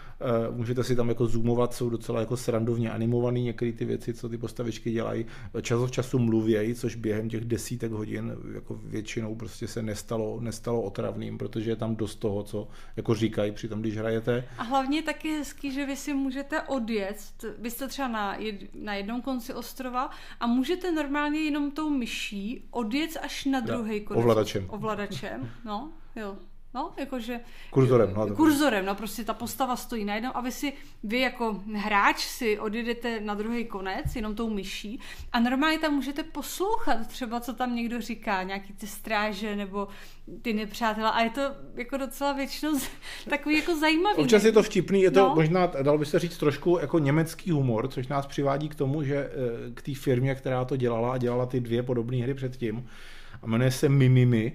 Speaker 1: Můžete si tam jako zoomovat, jsou docela jako srandovně animovaný některé ty věci, co ty postavičky dělají. Čas od času mluvějí, což během těch desítek hodin jako většinou prostě se nestalo, nestalo otravným, protože je tam dost toho, co jako říkají při tom, když hrajete.
Speaker 2: A hlavně je taky hezký, že vy si můžete odjet, vy jste třeba na, jed, na jednom konci ostrova a můžete normálně jenom tou myší odjet až na druhý konec.
Speaker 1: Ovladačem.
Speaker 2: Ovladačem, no, jo. No, jakože...
Speaker 1: Kurzorem. No,
Speaker 2: kurzorem, no prostě ta postava stojí najednou a vy si, vy jako hráč si odjedete na druhý konec, jenom tou myší a normálně tam můžete poslouchat třeba, co tam někdo říká, nějaký ty stráže nebo ty nepřátelé a je to jako docela většinou takový jako zajímavý.
Speaker 1: Občas je to vtipný, je to no. možná, dalo by se říct, trošku jako německý humor, což nás přivádí k tomu, že k té firmě, která to dělala a dělala ty dvě podobné hry předtím a jmenuje se Mimimi.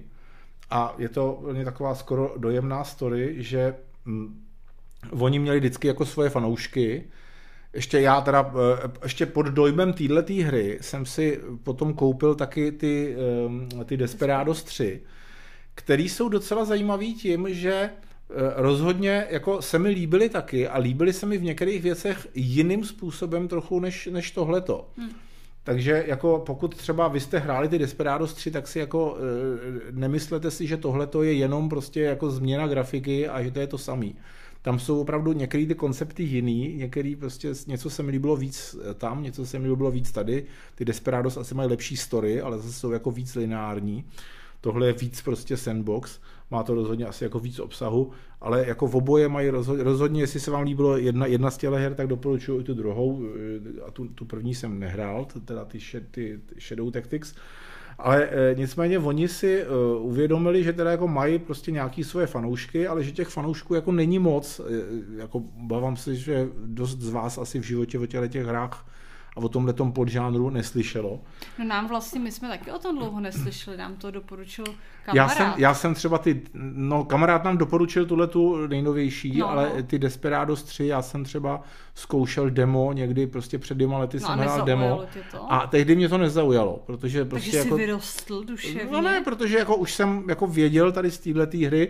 Speaker 1: A je to vlastně taková skoro dojemná story, že hm, oni měli vždycky jako svoje fanoušky. Ještě já teda, ještě pod dojmem téhletý hry jsem si potom koupil taky ty, ty Desperados tři, který jsou docela zajímavý tím, že rozhodně jako se mi líbily taky a líbily se mi v některých věcech jiným způsobem trochu než, než tohleto. Hmm. Takže jako pokud třeba vy jste hráli ty Desperados tři, tak si jako e, nemyslete si, že tohleto je jenom prostě jako změna grafiky a že to je to samý. Tam jsou opravdu některé ty koncepty jiný, některý prostě něco se mi líbilo víc tam, něco se mi líbilo víc tady. Ty Desperados asi mají lepší story, ale zase jsou jako víc lineární. Tohle je víc prostě sandbox, má to rozhodně asi jako víc obsahu, ale jako v oboje mají rozhodně, rozhodně jestli se vám líbilo jedna, jedna z těchto her, tak doporučuji i tu druhou, a tu, tu první jsem nehrál, teda ty, ty, ty Shadow Tactics, ale e, nicméně oni si e, uvědomili, že teda jako mají prostě nějaký svoje fanoušky, ale že těch fanoušků jako není moc, e, jako bavám se, že dost z vás asi v životě o těchto těch hrách a o tomhletom podžánru neslyšelo.
Speaker 2: No nám vlastně, my jsme taky o tom dlouho neslyšeli, nám to doporučil kamarád.
Speaker 1: Já jsem, já jsem třeba ty, no kamarád nám doporučil tuhletu nejnovější, no, ale no. ty Desperados tři, já jsem třeba zkoušel demo, někdy prostě před dvěma lety no, jsem hrál demo a tehdy mě to nezaujalo, protože prostě
Speaker 2: Takže
Speaker 1: jako...
Speaker 2: jsi vyrostl duševně?
Speaker 1: No ne, protože jako už jsem jako věděl tady z téhletý hry,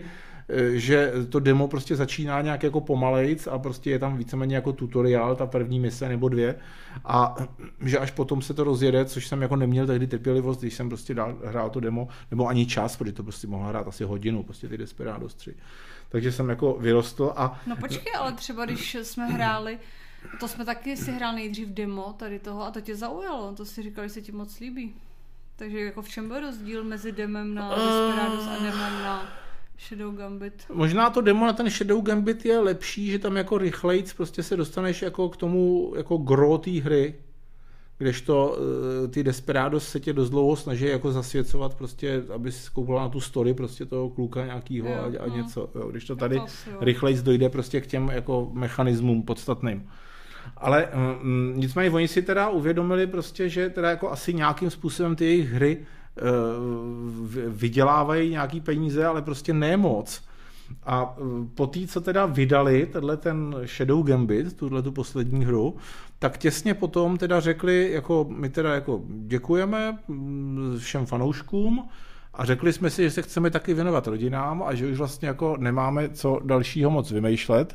Speaker 1: že to demo prostě začíná nějak jako pomalejc a prostě je tam víceméně jako tutoriál, ta první mise nebo dvě a že až potom se to rozjede, což jsem jako neměl tehdy trpělivost, když jsem prostě dál, hrál to demo, nebo ani čas, protože to prostě mohla hrát asi hodinu, prostě ty Desperados tři. Takže jsem jako vyrostl a...
Speaker 2: No počkej, ale třeba když jsme hráli, to jsme taky si hrál nejdřív demo tady toho a to tě zaujalo, to si říkal, že se ti moc líbí. Takže jako v čem byl rozdíl mezi demem na Desperados a demem na Shadow Gambit?
Speaker 1: Možná to demo na ten Shadow Gambit je lepší, že tam jako rychlejc prostě se dostaneš jako k tomu jako gro té hry, kdežto ty Desperados se tě dost dlouho snaží jako zasvěcovat prostě, aby si koukala na tu story prostě toho kluka nějakýho jo, a, a no. něco, jo. Kdežto tady rychlejc dojde prostě k těm jako mechanismům podstatným. Ale mm, nicméně oni si teda uvědomili prostě, že teda jako asi nějakým způsobem ty jejich hry uh, vydělávají nějaký peníze, ale prostě ne moc. A po té, co teda vydali tenhle ten Shadow Gambit, tuhle tu poslední hru, tak těsně potom teda řekli, jako my teda jako děkujeme všem fanouškům a řekli jsme si, že se chceme taky věnovat rodinám a že už vlastně jako nemáme co dalšího moc vymýšlet.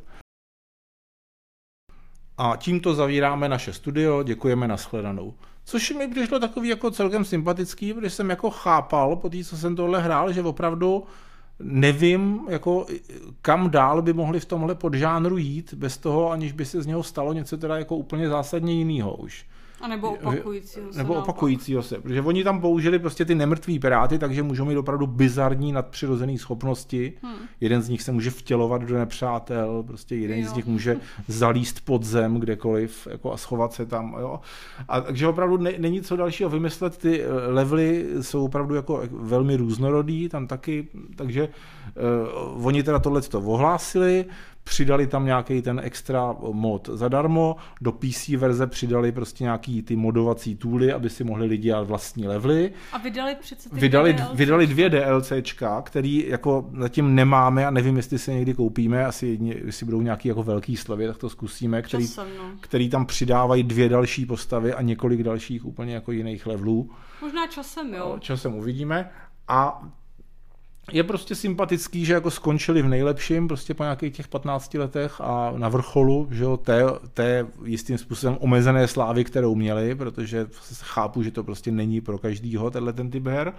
Speaker 1: A tímto zavíráme naše studio, děkujeme, nashledanou. Což mi přišlo takový jako celkem sympatický, protože jsem jako chápal po té, co jsem tohle hrál, že opravdu nevím, jako kam dál by mohli v tomhle podžánru jít, bez toho, aniž by se z něho stalo něco teda jako úplně zásadně jinýho už.
Speaker 2: A nebo opakujícího se.
Speaker 1: Nebo opakujícího se, protože oni tam použili prostě ty nemrtví piráty, takže můžou mít opravdu bizarní nadpřirozené schopnosti. Hmm. Jeden z nich se může vtělovat do nepřátel, prostě jeden jo. z nich může zalíst pod zem kdekoliv jako a schovat se tam. Jo. A takže opravdu ne, není co dalšího vymyslet, ty levely jsou opravdu jako velmi různorodý, tam taky, takže uh, oni teda tohleto ohlásili, přidali tam nějaký ten extra mod zadarmo, do P C verze přidali prostě nějaký ty modovací tooly, aby si mohli lidi dělat vlastní levely.
Speaker 2: A vydali přece ty
Speaker 1: vydali, vydali dvě DLCčka, který jako zatím nemáme a nevím, jestli se někdy koupíme, asi jedni, jestli budou nějaký jako velký slevy, tak to zkusíme, který,
Speaker 2: Časem, no.
Speaker 1: který tam přidávají dvě další postavy a několik dalších úplně jako jiných levelů.
Speaker 2: Možná časem, jo.
Speaker 1: Časem uvidíme. A je prostě sympatický, že jako skončili v nejlepším prostě po nějakých těch patnácti letech a na vrcholu, že jo, té, té jistým způsobem omezené slávy, kterou měli, protože chápu, že to prostě není pro každýho tenhle ten typ her.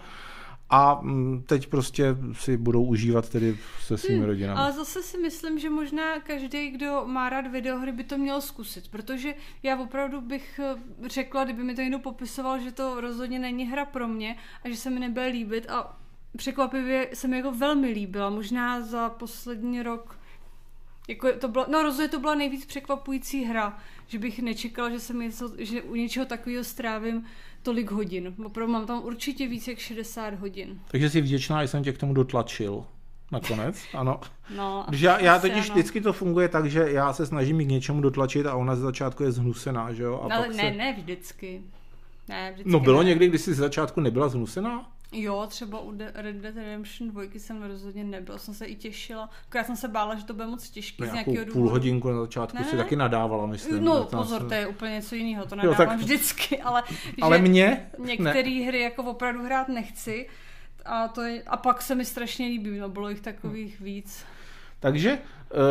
Speaker 1: A teď prostě si budou užívat tedy se svými hmm, rodinami.
Speaker 2: Ale zase si myslím, že možná každý, kdo má rád videohry, by to měl zkusit, protože já opravdu bych řekla, kdyby mi to někdo popisoval, že to rozhodně není hra pro mě a že se mi nebude líbit a překvapivě se mi jako velmi líbila. Možná za poslední rok jako to byla, no rozhodně to byla nejvíc překvapující hra, že bych nečekala, že jsem něco, že u něčeho takového strávím tolik hodin. Opravdu mám tam určitě víc jak šedesát hodin.
Speaker 1: Takže jsi vděčná, že jsem tě k tomu dotlačil. Nakonec, ano.
Speaker 2: No,
Speaker 1: já, já totiž ano. Vždycky to funguje tak, že já se snažím k něčemu dotlačit a ona ze začátku je zhnusená, že jo? A
Speaker 2: ale
Speaker 1: pak
Speaker 2: ne,
Speaker 1: se...
Speaker 2: ne vždycky. Ne, vždycky
Speaker 1: no bylo
Speaker 2: ne.
Speaker 1: někdy, když jsi ze začátku nebyla zhnusená?
Speaker 2: Jo, třeba u Red Dead Redemption dva jsem rozhodně nebyla, jsem se i těšila. Já jsem se bála, že to bude moc těžký z nějakého důvodu.
Speaker 1: Půl hodinku na začátku ne? si taky nadávala, myslím.
Speaker 2: No pozor, to je úplně něco jiného, to nadávám jo, tak... vždycky, ale,
Speaker 1: ale mě?
Speaker 2: Některé hry jako opravdu hrát nechci a, to je, a pak se mi strašně líbí, no bylo jich takových víc.
Speaker 1: Takže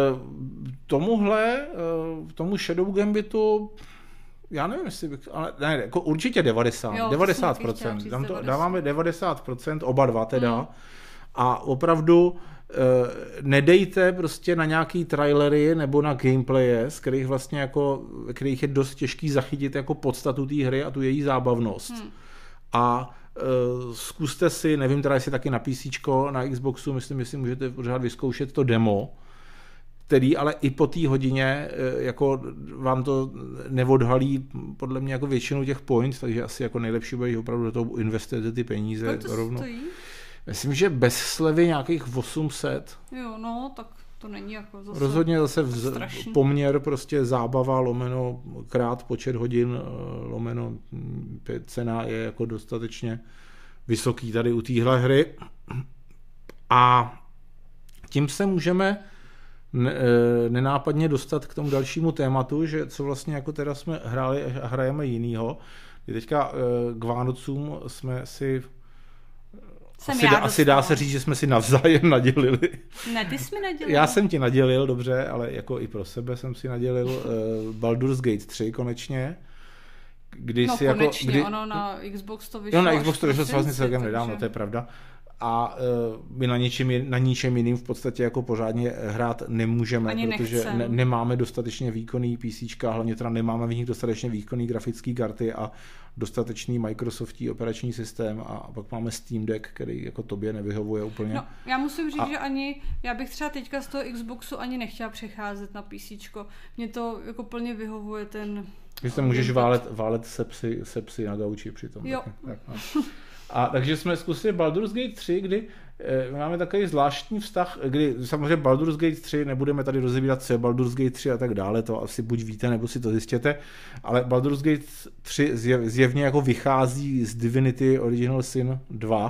Speaker 1: tomuhle, tomu Shadow Gambitu já nevím, jestli bych, ale ne, jako určitě devadesát,
Speaker 2: jo,
Speaker 1: devadesát procent, tam to devadesát. Dáváme devadesát procent, oba dva teda, mm. a opravdu eh, nedejte prostě na nějaký trailery nebo na gameplaye, z kterých vlastně jako, kterých je dost těžký zachytit jako podstatu té hry a tu její zábavnost. Mm. A eh, zkuste si, nevím teda, jestli taky na PCčko, na Xboxu, myslím, jestli můžete pořád vyzkoušet to demo, který ale i po té hodině jako vám to neodhalí podle mě jako většinu těch points, takže asi jako nejlepší bude, že opravdu do toho investujete ty peníze
Speaker 2: to
Speaker 1: rovno.
Speaker 2: Stojí?
Speaker 1: Myslím, že bez slevy nějakých osm set.
Speaker 2: Jo, no, tak to není jako zase
Speaker 1: rozhodně zase v
Speaker 2: strašný.
Speaker 1: Poměr prostě zábava lomeno krát počet hodin lomeno cena je jako dostatečně vysoký tady u téhle hry. A tím se můžeme nenápadně dostat k tomu dalšímu tématu, že co vlastně jako teda jsme hráli a hrajeme jinýho. Teďka k Vánocům jsme si
Speaker 2: Jsem
Speaker 1: asi,
Speaker 2: já
Speaker 1: dá, asi dá se říct, že jsme si navzájem nadělili.
Speaker 2: Ne, ty jsi mi nadělil.
Speaker 1: Já jsem ti nadělil, dobře, ale jako i pro sebe jsem si nadělil uh, Baldur's Gate tři konečně. Kdy
Speaker 2: no
Speaker 1: si
Speaker 2: konečně,
Speaker 1: jako, kdy,
Speaker 2: ono na Xbox to vyšlo.
Speaker 1: No na Xbox to vyšlo vlastně celkem
Speaker 2: takže...
Speaker 1: nedávno, to je pravda. A uh, my na ničem, na ničem jiným v podstatě jako pořádně hrát nemůžeme,
Speaker 2: Ani
Speaker 1: protože ne, nemáme dostatečně výkonný PCčka, hlavně teda nemáme v nich dostatečně výkonný grafický karty a dostatečný Microsoftí operační systém a pak máme Steam Deck, který jako tobě nevyhovuje úplně.
Speaker 2: No, já musím říct,
Speaker 1: a...
Speaker 2: že ani, já bych třeba teďka z toho Xboxu ani nechtěla přecházet na PCčko. Mně to jako plně vyhovuje ten...
Speaker 1: Že se můžeš válet, válet se psy, se psy na gauči přitom.
Speaker 2: Jo.
Speaker 1: Tak, tak, no. A takže jsme zkusili Baldur's Gate tři, kdy e, máme takový zvláštní vztah, kdy samozřejmě Baldur's Gate tři, nebudeme tady rozebírat, co je Baldur's Gate tři a tak dále, to asi buď víte, nebo si to zjistěte, ale Baldur's Gate tři zjev, zjevně jako vychází z Divinity Original Sin dva.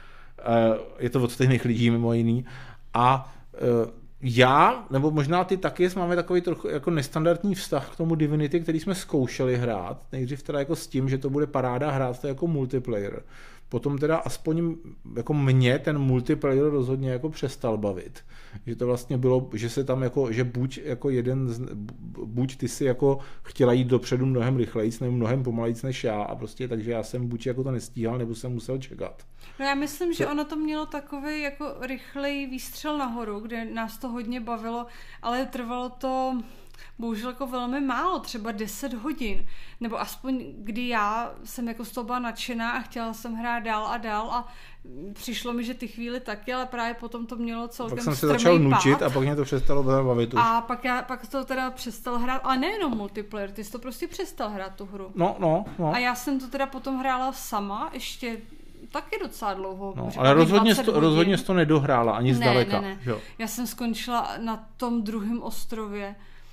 Speaker 1: E, je to od stejných lidí mimo jiný. A e, já, nebo možná ty taky, máme takový trochu jako nestandardní vztah k tomu Divinity, který jsme zkoušeli hrát. Nejdřív teda jako s tím, že to bude paráda hrát to jako multiplayer. Potom teda aspoň jako mě ten multiplayer rozhodně jako přestal bavit. Že to vlastně bylo, že se tam jako, že buď jako jeden, z, buď ty si jako chtěla jít dopředu mnohem rychlejc, nebo mnohem pomalejc než já a prostě takže já jsem buď jako to nestíhal, nebo jsem musel čekat.
Speaker 2: No já myslím, že ono to mělo takový jako rychlej výstřel nahoru, kde nás to hodně bavilo, ale trvalo to bohužel jako velmi málo, třeba deset hodin, nebo aspoň kdy já jsem jako z toho byla nadšená a chtěla jsem hrát dál a dál a přišlo mi, že ty chvíli taky, ale právě potom to mělo celkem
Speaker 1: pak jsem se začal nučit a pak mě to přestalo bavit už.
Speaker 2: A pak, já, pak to teda přestal hrát, ale nejenom multiplayer, ty jsi to prostě přestal hrát tu hru.
Speaker 1: No, no, no.
Speaker 2: A já jsem to teda potom hrála sama, ještě taky docela dlouho.
Speaker 1: No, ale rozhodně jsi to, rozhodně to nedohrála, ani zdaleka.
Speaker 2: Ne, ne, ne. Já jsem skončila na tom druhém ostrově,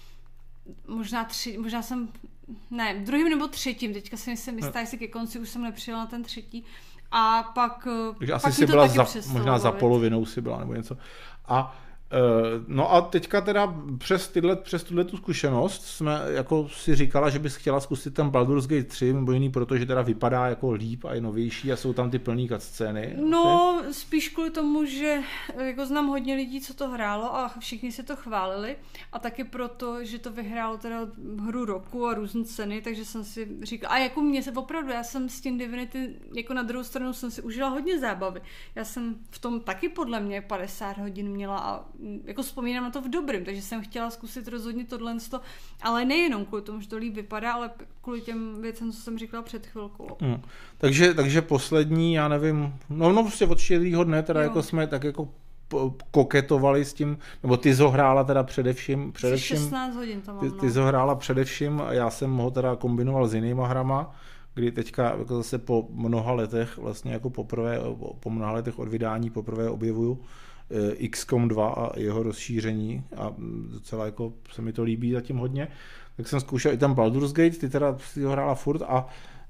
Speaker 2: možná tři, možná jsem, ne, druhým nebo třetím, teďka si nejsem jistá, jestli ke konci už jsem nepřijela na ten třetí. A pak,
Speaker 1: takže
Speaker 2: pak
Speaker 1: asi si byla za, možná za polovinou si byla nebo něco. A no a teďka teda přes, tyhle, přes tuhle tu zkušenost jsme jako si říkala, že bys chtěla zkusit ten Baldur's Gate tři, mimo jiný, protože teda vypadá jako líp a je novější a jsou tam ty plný cutscény.
Speaker 2: No, asi? Spíš kvůli tomu, že jako znám hodně lidí, co to hrálo a všichni si to chválili a taky proto, že to vyhrálo teda hru roku a různé ceny, takže jsem si říkala, a jako mě se opravdu, já jsem s tím Divinity, jako na druhou stranu jsem si užila hodně zábavy. Já jsem v tom taky podle mě padesát hodin měla a jako vzpomínám na to v dobrým, takže jsem chtěla zkusit rozhodně tohle, ale nejenom kvůli tomu, že to líp vypadá, ale kvůli těm věcem, co jsem říkala před chvilkou. Hmm.
Speaker 1: Takže, takže poslední, já nevím, no, no prostě od štědrýho dne, teda jo. Jako jsme tak jako koketovali s tím, nebo ty zohrála teda především, především
Speaker 2: šestnáct hodin to mám,
Speaker 1: ty, ty zohrála především a já jsem ho teda kombinoval s jinýma hrama, kdy teďka jako zase po mnoha letech, vlastně jako poprvé, po mnoha letech od vydání poprvé objevuju X COM dva a jeho rozšíření a docela jako se mi to líbí zatím hodně, tak jsem zkoušel i ten Baldur's Gate, ty teda si ho hrála furt a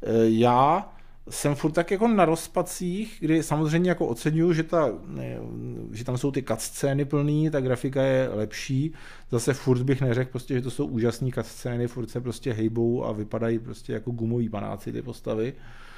Speaker 1: já jsem furt tak jako na rozpacích, kdy samozřejmě jako oceňuju, že, ta, že tam jsou ty cutscény plný, ta grafika je lepší, zase furt bych neřekl prostě, že to jsou úžasný cutscény, furt se prostě hejbou a vypadají prostě jako gumoví panáci ty postavy.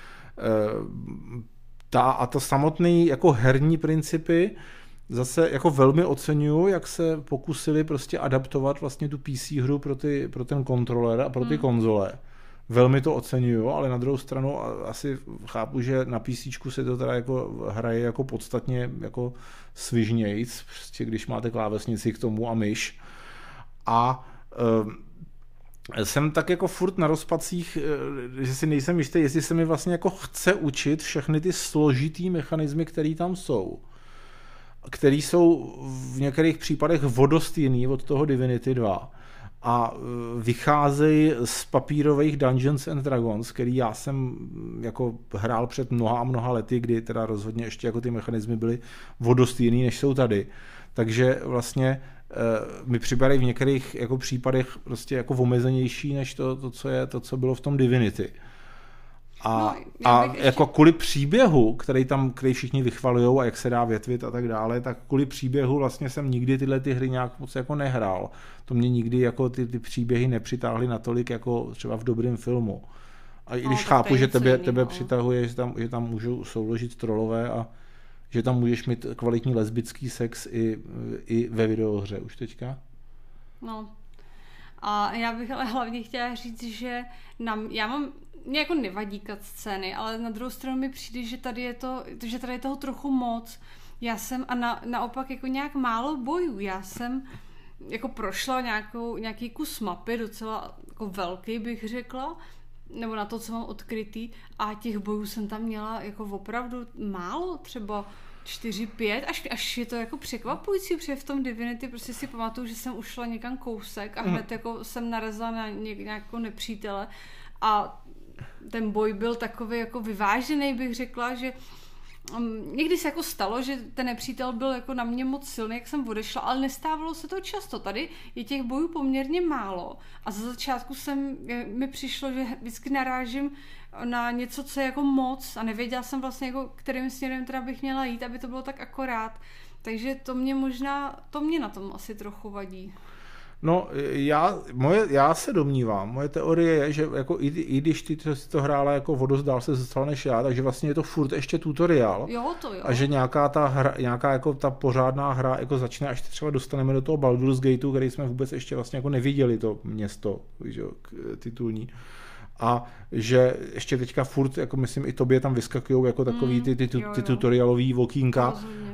Speaker 1: Ta, a to samotný jako herní principy zase jako velmi oceňuju, jak se pokusili prostě adaptovat vlastně tu P C hru pro, ty, pro ten kontroler a pro ty hmm. konzole. Velmi to oceňuju, ale na druhou stranu asi chápu, že na PCčku se to teda jako hraje jako podstatně jako svižnějc, prostě když máte klávesnici k tomu a myš. A e, jsem tak jako furt na rozpacích, e, že si nejsem jistý, jestli se mi vlastně jako chce učit všechny ty složitý mechanismy, které tam jsou, který jsou v některých případech vodost jiný od toho Divinity dva a vycházejí z papírových Dungeons and Dragons, který já jsem jako hrál před mnoha a mnoha lety, kdy teda rozhodně ještě jako ty mechanismy byly vodost jiný, než jsou tady. Takže vlastně e, mi připadají v některých jako případech prostě jako omezenější, než to, to, co je, to, co bylo v tom Divinity. A, no, a ještě... jako kvůli příběhu, který tam, který všichni vychvalujou a jak se dá větvit a tak dále, tak kvůli příběhu vlastně jsem nikdy tyhle ty hry nějak moc jako nehrál. To mě nikdy jako ty, ty příběhy nepřitáhly natolik jako třeba v dobrém filmu. A i když no, chápu, že tebe, tebe přitahuje, že tam, že tam můžou souložit trolové a že tam můžeš mít kvalitní lesbický sex i, i ve videohře už teďka.
Speaker 2: No. A já bych ale hlavně chtěla říct, že nám, já mám, mě jako nevadí cutscény, ale na druhou stranu mi přijde, že tady je to, že tady je toho trochu moc. Já jsem a na, naopak jako nějak málo bojů. Já jsem jako prošla nějakou, nějaký kus mapy, docela jako velký bych řekla, nebo na to, co mám odkrytý, a těch bojů jsem tam měla jako opravdu málo, třeba čtyři, pět, až, až je to jako překvapující, protože v tom Divinity prostě si pamatuju, že jsem ušla někam kousek a hned jako jsem narazila na nějakou nepřítele a ten boj byl takový jako vyvážený, bych řekla, že um, někdy se jako stalo, že ten nepřítel byl jako na mě moc silný, jak jsem odešla, ale nestávalo se to často. Tady je těch bojů poměrně málo a za začátku jsem, mi přišlo, že vždycky narážím na něco, co je jako moc a nevěděla jsem vlastně, jako, kterým směrem teda bych měla jít, aby to bylo tak akorát. Takže to mě možná, to mě na tom asi trochu vadí.
Speaker 1: No, já, moje, já se domnívám, moje teorie je, že jako i, i když ty to, to hrála jako vodozdál se zcela než já, takže vlastně je to furt ještě tutoriál.
Speaker 2: Jo, to jo.
Speaker 1: A že nějaká ta hra, nějaká jako ta pořádná hra jako začne, až třeba dostaneme do toho Baldur's Gateu, který jsme vůbec ještě vlastně jako neviděli, to město, že, titulní. A že ještě teďka furt, jako myslím, i tobě tam vyskakujou jako takový ty, ty, ty, ty tutorialový okýnka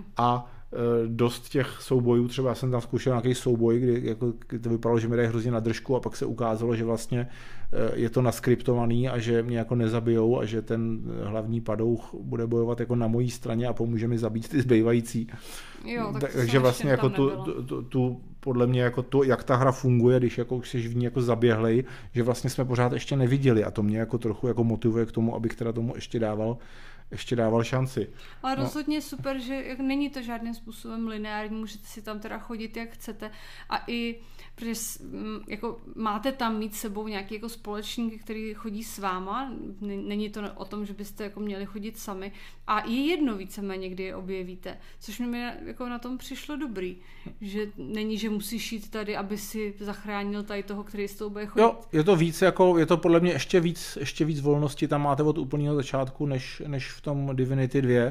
Speaker 1: a dost těch soubojů, třeba já jsem tam zkoušel nějaký souboj, kdy jako, to vypadalo, že mi dají hrozně na držku a pak se ukázalo, že vlastně je to naskriptovaný a že mě jako nezabijou a že ten hlavní padouch bude bojovat jako na mojí straně a pomůže mi zabít ty zbývající.
Speaker 2: Jo, tak
Speaker 1: takže vlastně jako tu, tu, tu, tu, podle mě jako to, jak ta hra funguje, když jako jsi v ní jako zaběhlej, že vlastně jsme pořád ještě neviděli a to mě jako trochu jako motivuje k tomu, abych teda tomu ještě dával ještě dával šanci.
Speaker 2: Ale rozhodně super, že jak není to žádným způsobem lineární, můžete si tam teda chodit, jak chcete. A i, protože jako máte tam mít sebou nějaký jako společník, který chodí s váma, není to o tom, že byste jako měli chodit sami. A je jedno víceméně, kdy je objevíte, což mi jako na tom přišlo dobrý. Že není, že musíš jít tady, aby si zachránil tady toho, který s tou bude chodit.
Speaker 1: Jo, je to víc, jako, je to podle mě ještě víc, ještě víc volnosti, tam máte od úplného začátku, než, než v tom Divinity dva.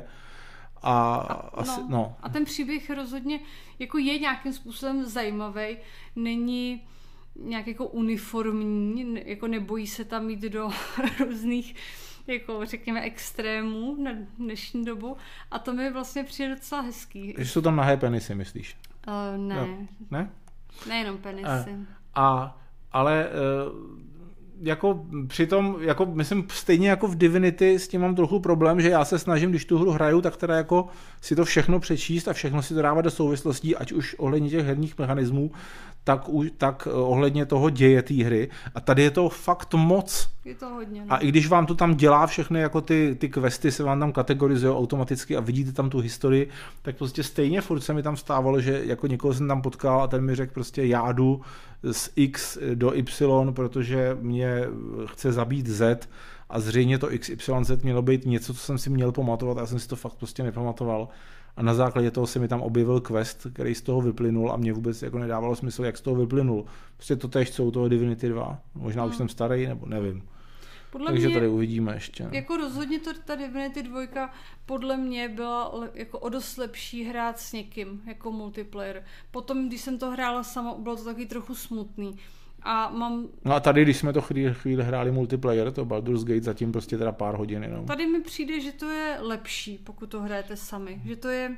Speaker 1: A, a, asi,
Speaker 2: no,
Speaker 1: no.
Speaker 2: a ten příběh rozhodně jako je nějakým způsobem zajímavý, není nějak jako uniformní, jako nebojí se tam jít do různých jako řekněme extrémů na dnešní dobu a to mi vlastně přijde docela hezký.
Speaker 1: Že jsou tam nahé penisy, myslíš?
Speaker 2: Uh, ne.
Speaker 1: No. Ne?
Speaker 2: Nejenom penisy.
Speaker 1: Uh, a, ale uh, jako přitom, jako myslím, stejně jako v Divinity s tím mám trochu problém, že já se snažím, když tu hru hraju, tak teda jako si to všechno přečíst a všechno si to dávat do souvislostí, ať už ohledně těch herních mechanismů, tak, tak ohledně toho děje té hry. A tady je to fakt moc.
Speaker 2: Je to hodně. No.
Speaker 1: A i když vám to tam dělá všechny, jako ty, ty questy se vám tam kategorizují automaticky a vidíte tam tu historii, tak prostě stejně furt se mi tam stávalo, že jako někoho jsem tam potkal a ten mi řekl prostě já jdu z X do Y, protože mě chce zabít Z a zřejmě to X Y Z mělo být něco, co jsem si měl pamatovat a já jsem si to fakt prostě nepamatoval. A na základě toho se mi tam objevil quest, který z toho vyplynul a mě vůbec jako nedávalo smysl, jak z toho vyplynul. Prostě to též, co u toho Divinity dva. Možná hmm. už jsem starý, nebo nevím.
Speaker 2: Podle
Speaker 1: Takže
Speaker 2: mě,
Speaker 1: tady uvidíme ještě.
Speaker 2: Jako rozhodně to, ta Divinity dva podle mě byla jako o dost lepší hrát s někým, jako multiplayer. Potom, když jsem to hrála sama, bylo to taky trochu smutný. A mám...
Speaker 1: No a tady, když jsme to chvíli, chvíli hráli multiplayer, to Baldur's Gate zatím prostě teda pár hodin jenom.
Speaker 2: Tady mi přijde, že to je lepší, pokud to hrajete sami. Že to je...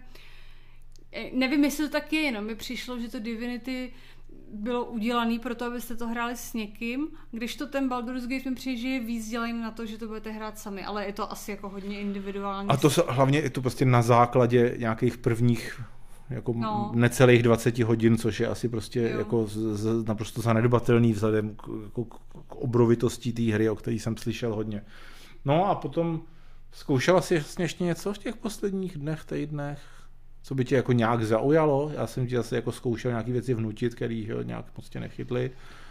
Speaker 2: Nevím, jestli to tak je, jenom mi přišlo, že to Divinity bylo udělané pro to, abyste to hráli s někým, když to ten Baldur's Gate mi přijde, že je víc dělaný na to, že to budete hrát sami, ale je to asi jako hodně individuální.
Speaker 1: A to se, hlavně je to prostě na základě nějakých prvních jako
Speaker 2: no.
Speaker 1: necelých dvacet hodin, což je asi prostě jako z, z, naprosto zanedbatelný vzhledem k, jako k obrovitosti té hry, o které jsem slyšel hodně. No a potom zkoušela jsi vlastně ještě něco v těch posledních dnech, týdnech, co by tě jako nějak zaujalo? Já jsem ti zase jako zkoušel nějaké věci vnutit, které nějak moc tě nechytly.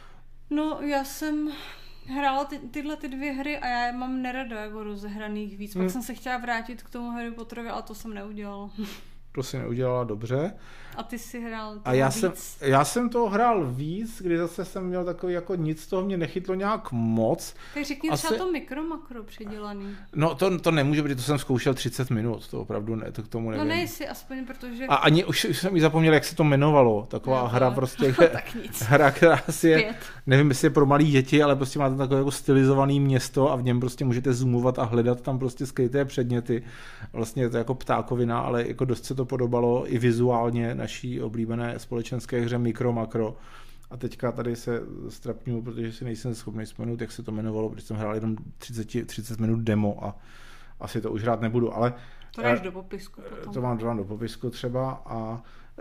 Speaker 2: No já jsem hrála ty, tyhle ty dvě hry a já je mám nerada jako rozehraných víc. Pak hmm. jsem se chtěla vrátit k tomu Harry Potterovi, ale to jsem neudělala.
Speaker 1: to si neudělala dobře.
Speaker 2: A ty jsi hrál
Speaker 1: A já
Speaker 2: víc?
Speaker 1: jsem, já jsem toho hrál víc, kdy zase jsem měl takový, jako nic z toho mě nechytlo nějak moc.
Speaker 2: Tak řekni
Speaker 1: Asi...
Speaker 2: třeba to mikro makro předělaný.
Speaker 1: No to, to nemůže, protože to jsem zkoušel třicet minut, to opravdu ne, to k tomu nevím.
Speaker 2: No ne, si aspoň protože...
Speaker 1: A ani už, už jsem i zapomněl, jak se to jmenovalo, taková no, hra prostě,
Speaker 2: tak nic.
Speaker 1: hra, která si je,
Speaker 2: Pět.
Speaker 1: nevím, jestli je pro malý děti, ale prostě máte takové jako stylizované město a v něm prostě můžete zoomovat a hledat tam prostě skryté předměty. Vlastně je to jako ptákovina, ale jako dost se to podobalo i vizuálně naší oblíbené společenské hře Mikro Makro. A teďka tady se strapňuju, protože si nejsem schopný vzpomenout, jak se to jmenovalo, protože jsem hrál jenom třicet, třicet minut demo a asi to už hrát nebudu, ale...
Speaker 2: To dáš do popisku potom.
Speaker 1: To mám, to mám do popisku třeba a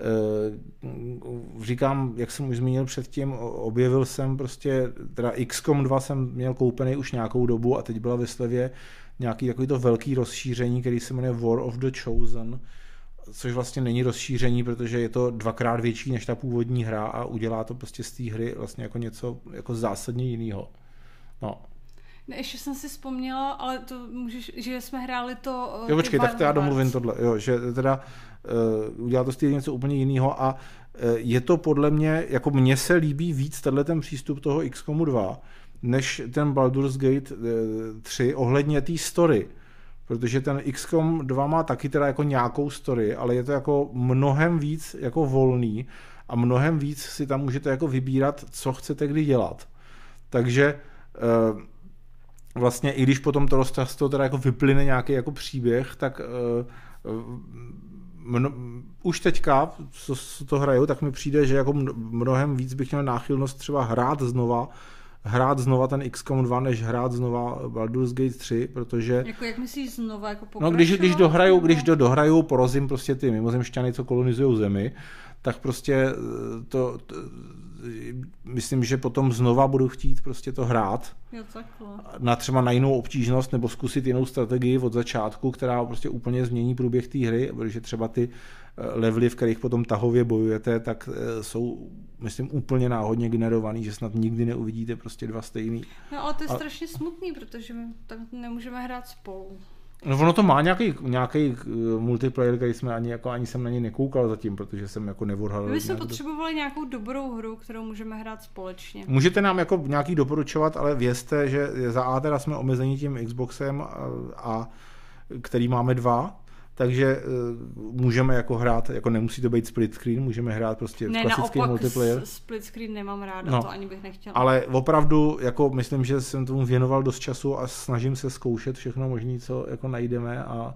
Speaker 1: e, říkám, jak jsem už zmínil předtím, objevil jsem prostě, teda X COM dva jsem měl koupený už nějakou dobu a teď byla ve slevě nějaký takový to velký rozšíření, který se jmenuje War of the Chosen, což vlastně není rozšíření, protože je to dvakrát větší než ta původní hra a udělá to prostě z té hry vlastně jako něco jako zásadně jiného. No.
Speaker 2: Ne, ještě jsem si vzpomněla, ale to můžeš, že jsme hráli to...
Speaker 1: Jo, počkej, tak to já domluvím tohle, jo, že teda uh, udělá to z té něco úplně jiného a uh, je to podle mě, jako mně se líbí víc tenhle ten přístup toho X COMu dva, než ten Baldur's Gate uh, tři ohledně té story. Protože ten X COM dva má taky teda jako nějakou story, ale je to jako mnohem víc jako volný a mnohem víc si tam můžete jako vybírat, co chcete kdy dělat. Takže uh, vlastně i když potom to z toho teda jako vyplyne nějaký jako příběh, tak uh, mno, už teďka, co, co to hraju, tak mi přijde, že jako mnohem víc bych měl náchylnost třeba hrát znova, hrát znova ten X COM dva, než hrát znova Baldur's Gate tři, protože...
Speaker 2: Jako jak myslíš znova, jako
Speaker 1: No když, když dohraju, když do, dohraju, porozím prostě ty mimozemšťany, co kolonizujou Zemi, tak prostě to, to myslím, že potom znova budu chtít prostě to hrát.
Speaker 2: Jo, takhle.
Speaker 1: Na třeba na jinou obtížnost nebo zkusit jinou strategii od začátku, která prostě úplně změní průběh té hry, protože třeba ty levely, v kterých potom tahově bojujete, tak jsou, myslím, úplně náhodně generovaný, že snad nikdy neuvidíte prostě dva stejný.
Speaker 2: No ale to je
Speaker 1: A...
Speaker 2: strašně smutný, protože my tak nemůžeme hrát spolu.
Speaker 1: No ono to má nějaký, nějaký multiplayer, který jsme ani, jako, ani jsem na něj nekoukal zatím, protože jsem jako nevodhal.
Speaker 2: My jsme potřebovali nějakou dobrou hru, kterou můžeme hrát společně.
Speaker 1: Můžete nám jako nějaký doporučovat, ale vězte, že za A teda jsme omezení tím Xboxem, a, a který máme dva, takže uh, můžeme jako hrát, jako nemusí to být split screen, můžeme hrát prostě
Speaker 2: ne,
Speaker 1: klasický
Speaker 2: naopak
Speaker 1: multiplayer.
Speaker 2: Split screen nemám ráda,
Speaker 1: no,
Speaker 2: to ani bych nechtěla.
Speaker 1: Ale opravdu, jako myslím, že jsem tomu věnoval dost času a snažím se zkoušet všechno možné, co jako najdeme a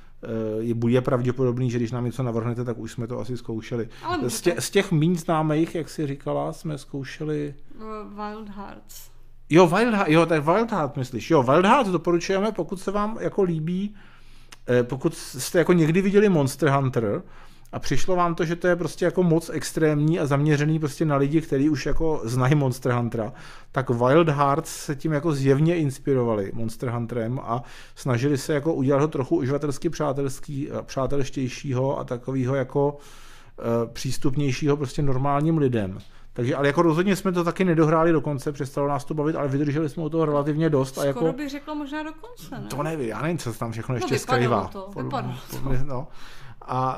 Speaker 1: uh, je pravděpodobný, že když nám něco navrhnete, tak už jsme to asi zkoušeli. Z, tě, z těch méně známých, jak jsi říkala, jsme zkoušeli...
Speaker 2: Wild Hearts.
Speaker 1: Jo, Wild Hearts, jo, tak Wild Hearts myslíš. Jo, Wild Hearts doporučujeme, pokud se vám jako líbí, pokud jste jako někdy viděli Monster Hunter a přišlo vám to, že to je prostě jako moc extrémní a zaměřený prostě na lidi, kteří už jako znají Monster Huntera, tak Wild Hearts se tím jako zjevně inspirovali Monster Hunterem a snažili se jako udělat ho trochu uživatelsky přátelský, přátelštějšího a takového jako uh, přístupnějšího prostě normálním lidem. Takže, ale jako rozhodně jsme to taky nedohráli do konce, přestalo nás to bavit, ale vydrželi jsme o toho relativně dost.
Speaker 2: Skoro
Speaker 1: a jako,
Speaker 2: bych řekla možná do konce, ne?
Speaker 1: To nevím, já nevím, co se tam všechno
Speaker 2: no,
Speaker 1: ještě skrývá.
Speaker 2: To, vypadalo to.
Speaker 1: No. A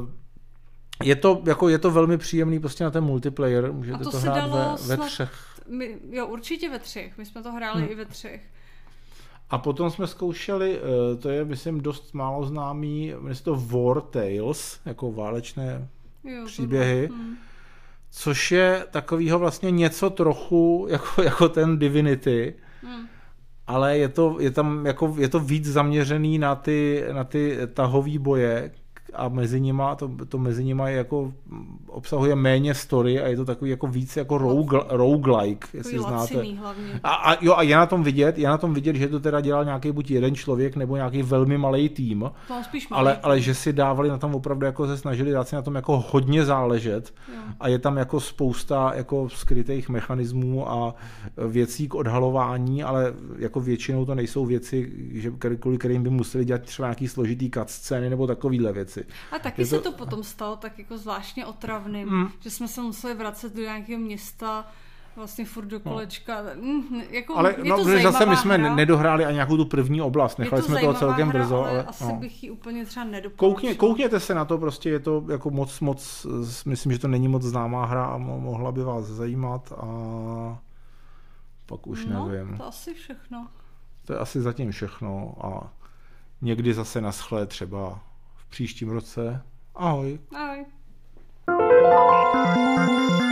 Speaker 1: je to, jako, je to velmi příjemný prostě na ten multiplayer, můžete to, to hrát ve, ve třech.
Speaker 2: My, jo, určitě ve třech, my jsme to hráli hmm. i ve třech.
Speaker 1: A potom jsme zkoušeli, to je myslím dost málo známý, jmenuje se to War Tales, jako válečné jo, příběhy. Hmm. Což je takovýho vlastně něco trochu jako, jako ten Divinity, hmm. ale je to, je tam jako, je to víc zaměřený na ty, na ty tahový boje a mezi nima, to, to mezi nima je jako, obsahuje méně story a je to takový jako víc jako rogue, roguelike, jestli znáte. A, a, jo, a je na tom vidět, je na tom vidět, že to teda dělal nějaký buď jeden člověk nebo nějaký velmi malý tým, ale, ale že si dávali na tom opravdu, jako se snažili dát si na tom jako hodně záležet jo. A je tam jako spousta jako skrytých mechanismů a věcí k odhalování, ale jako většinou to nejsou věci, že kvůli kterým by museli dělat třeba nějaký složitý cutscény nebo takovýhle věci.
Speaker 2: A taky je se to... to potom stalo tak jako zvláštně otravným, mm. že jsme se museli vracet do nějakého města vlastně furt do kolečka. No. Jako,
Speaker 1: ale no, zase my jsme
Speaker 2: hra.
Speaker 1: nedohráli ani nějakou tu první oblast, nechali
Speaker 2: to
Speaker 1: jsme toho celkem
Speaker 2: hra,
Speaker 1: brzo.
Speaker 2: Ale,
Speaker 1: ale
Speaker 2: asi
Speaker 1: no.
Speaker 2: bych ji úplně třeba nedoporučil.
Speaker 1: Koukně, koukněte se na to, prostě je to jako moc, moc, myslím, že to není moc známá hra a mohla by vás zajímat a pak už
Speaker 2: no,
Speaker 1: nevím.
Speaker 2: To asi všechno.
Speaker 1: To je asi zatím všechno a někdy zase naschle třeba v příštím roce. Ahoj.
Speaker 2: Ahoj.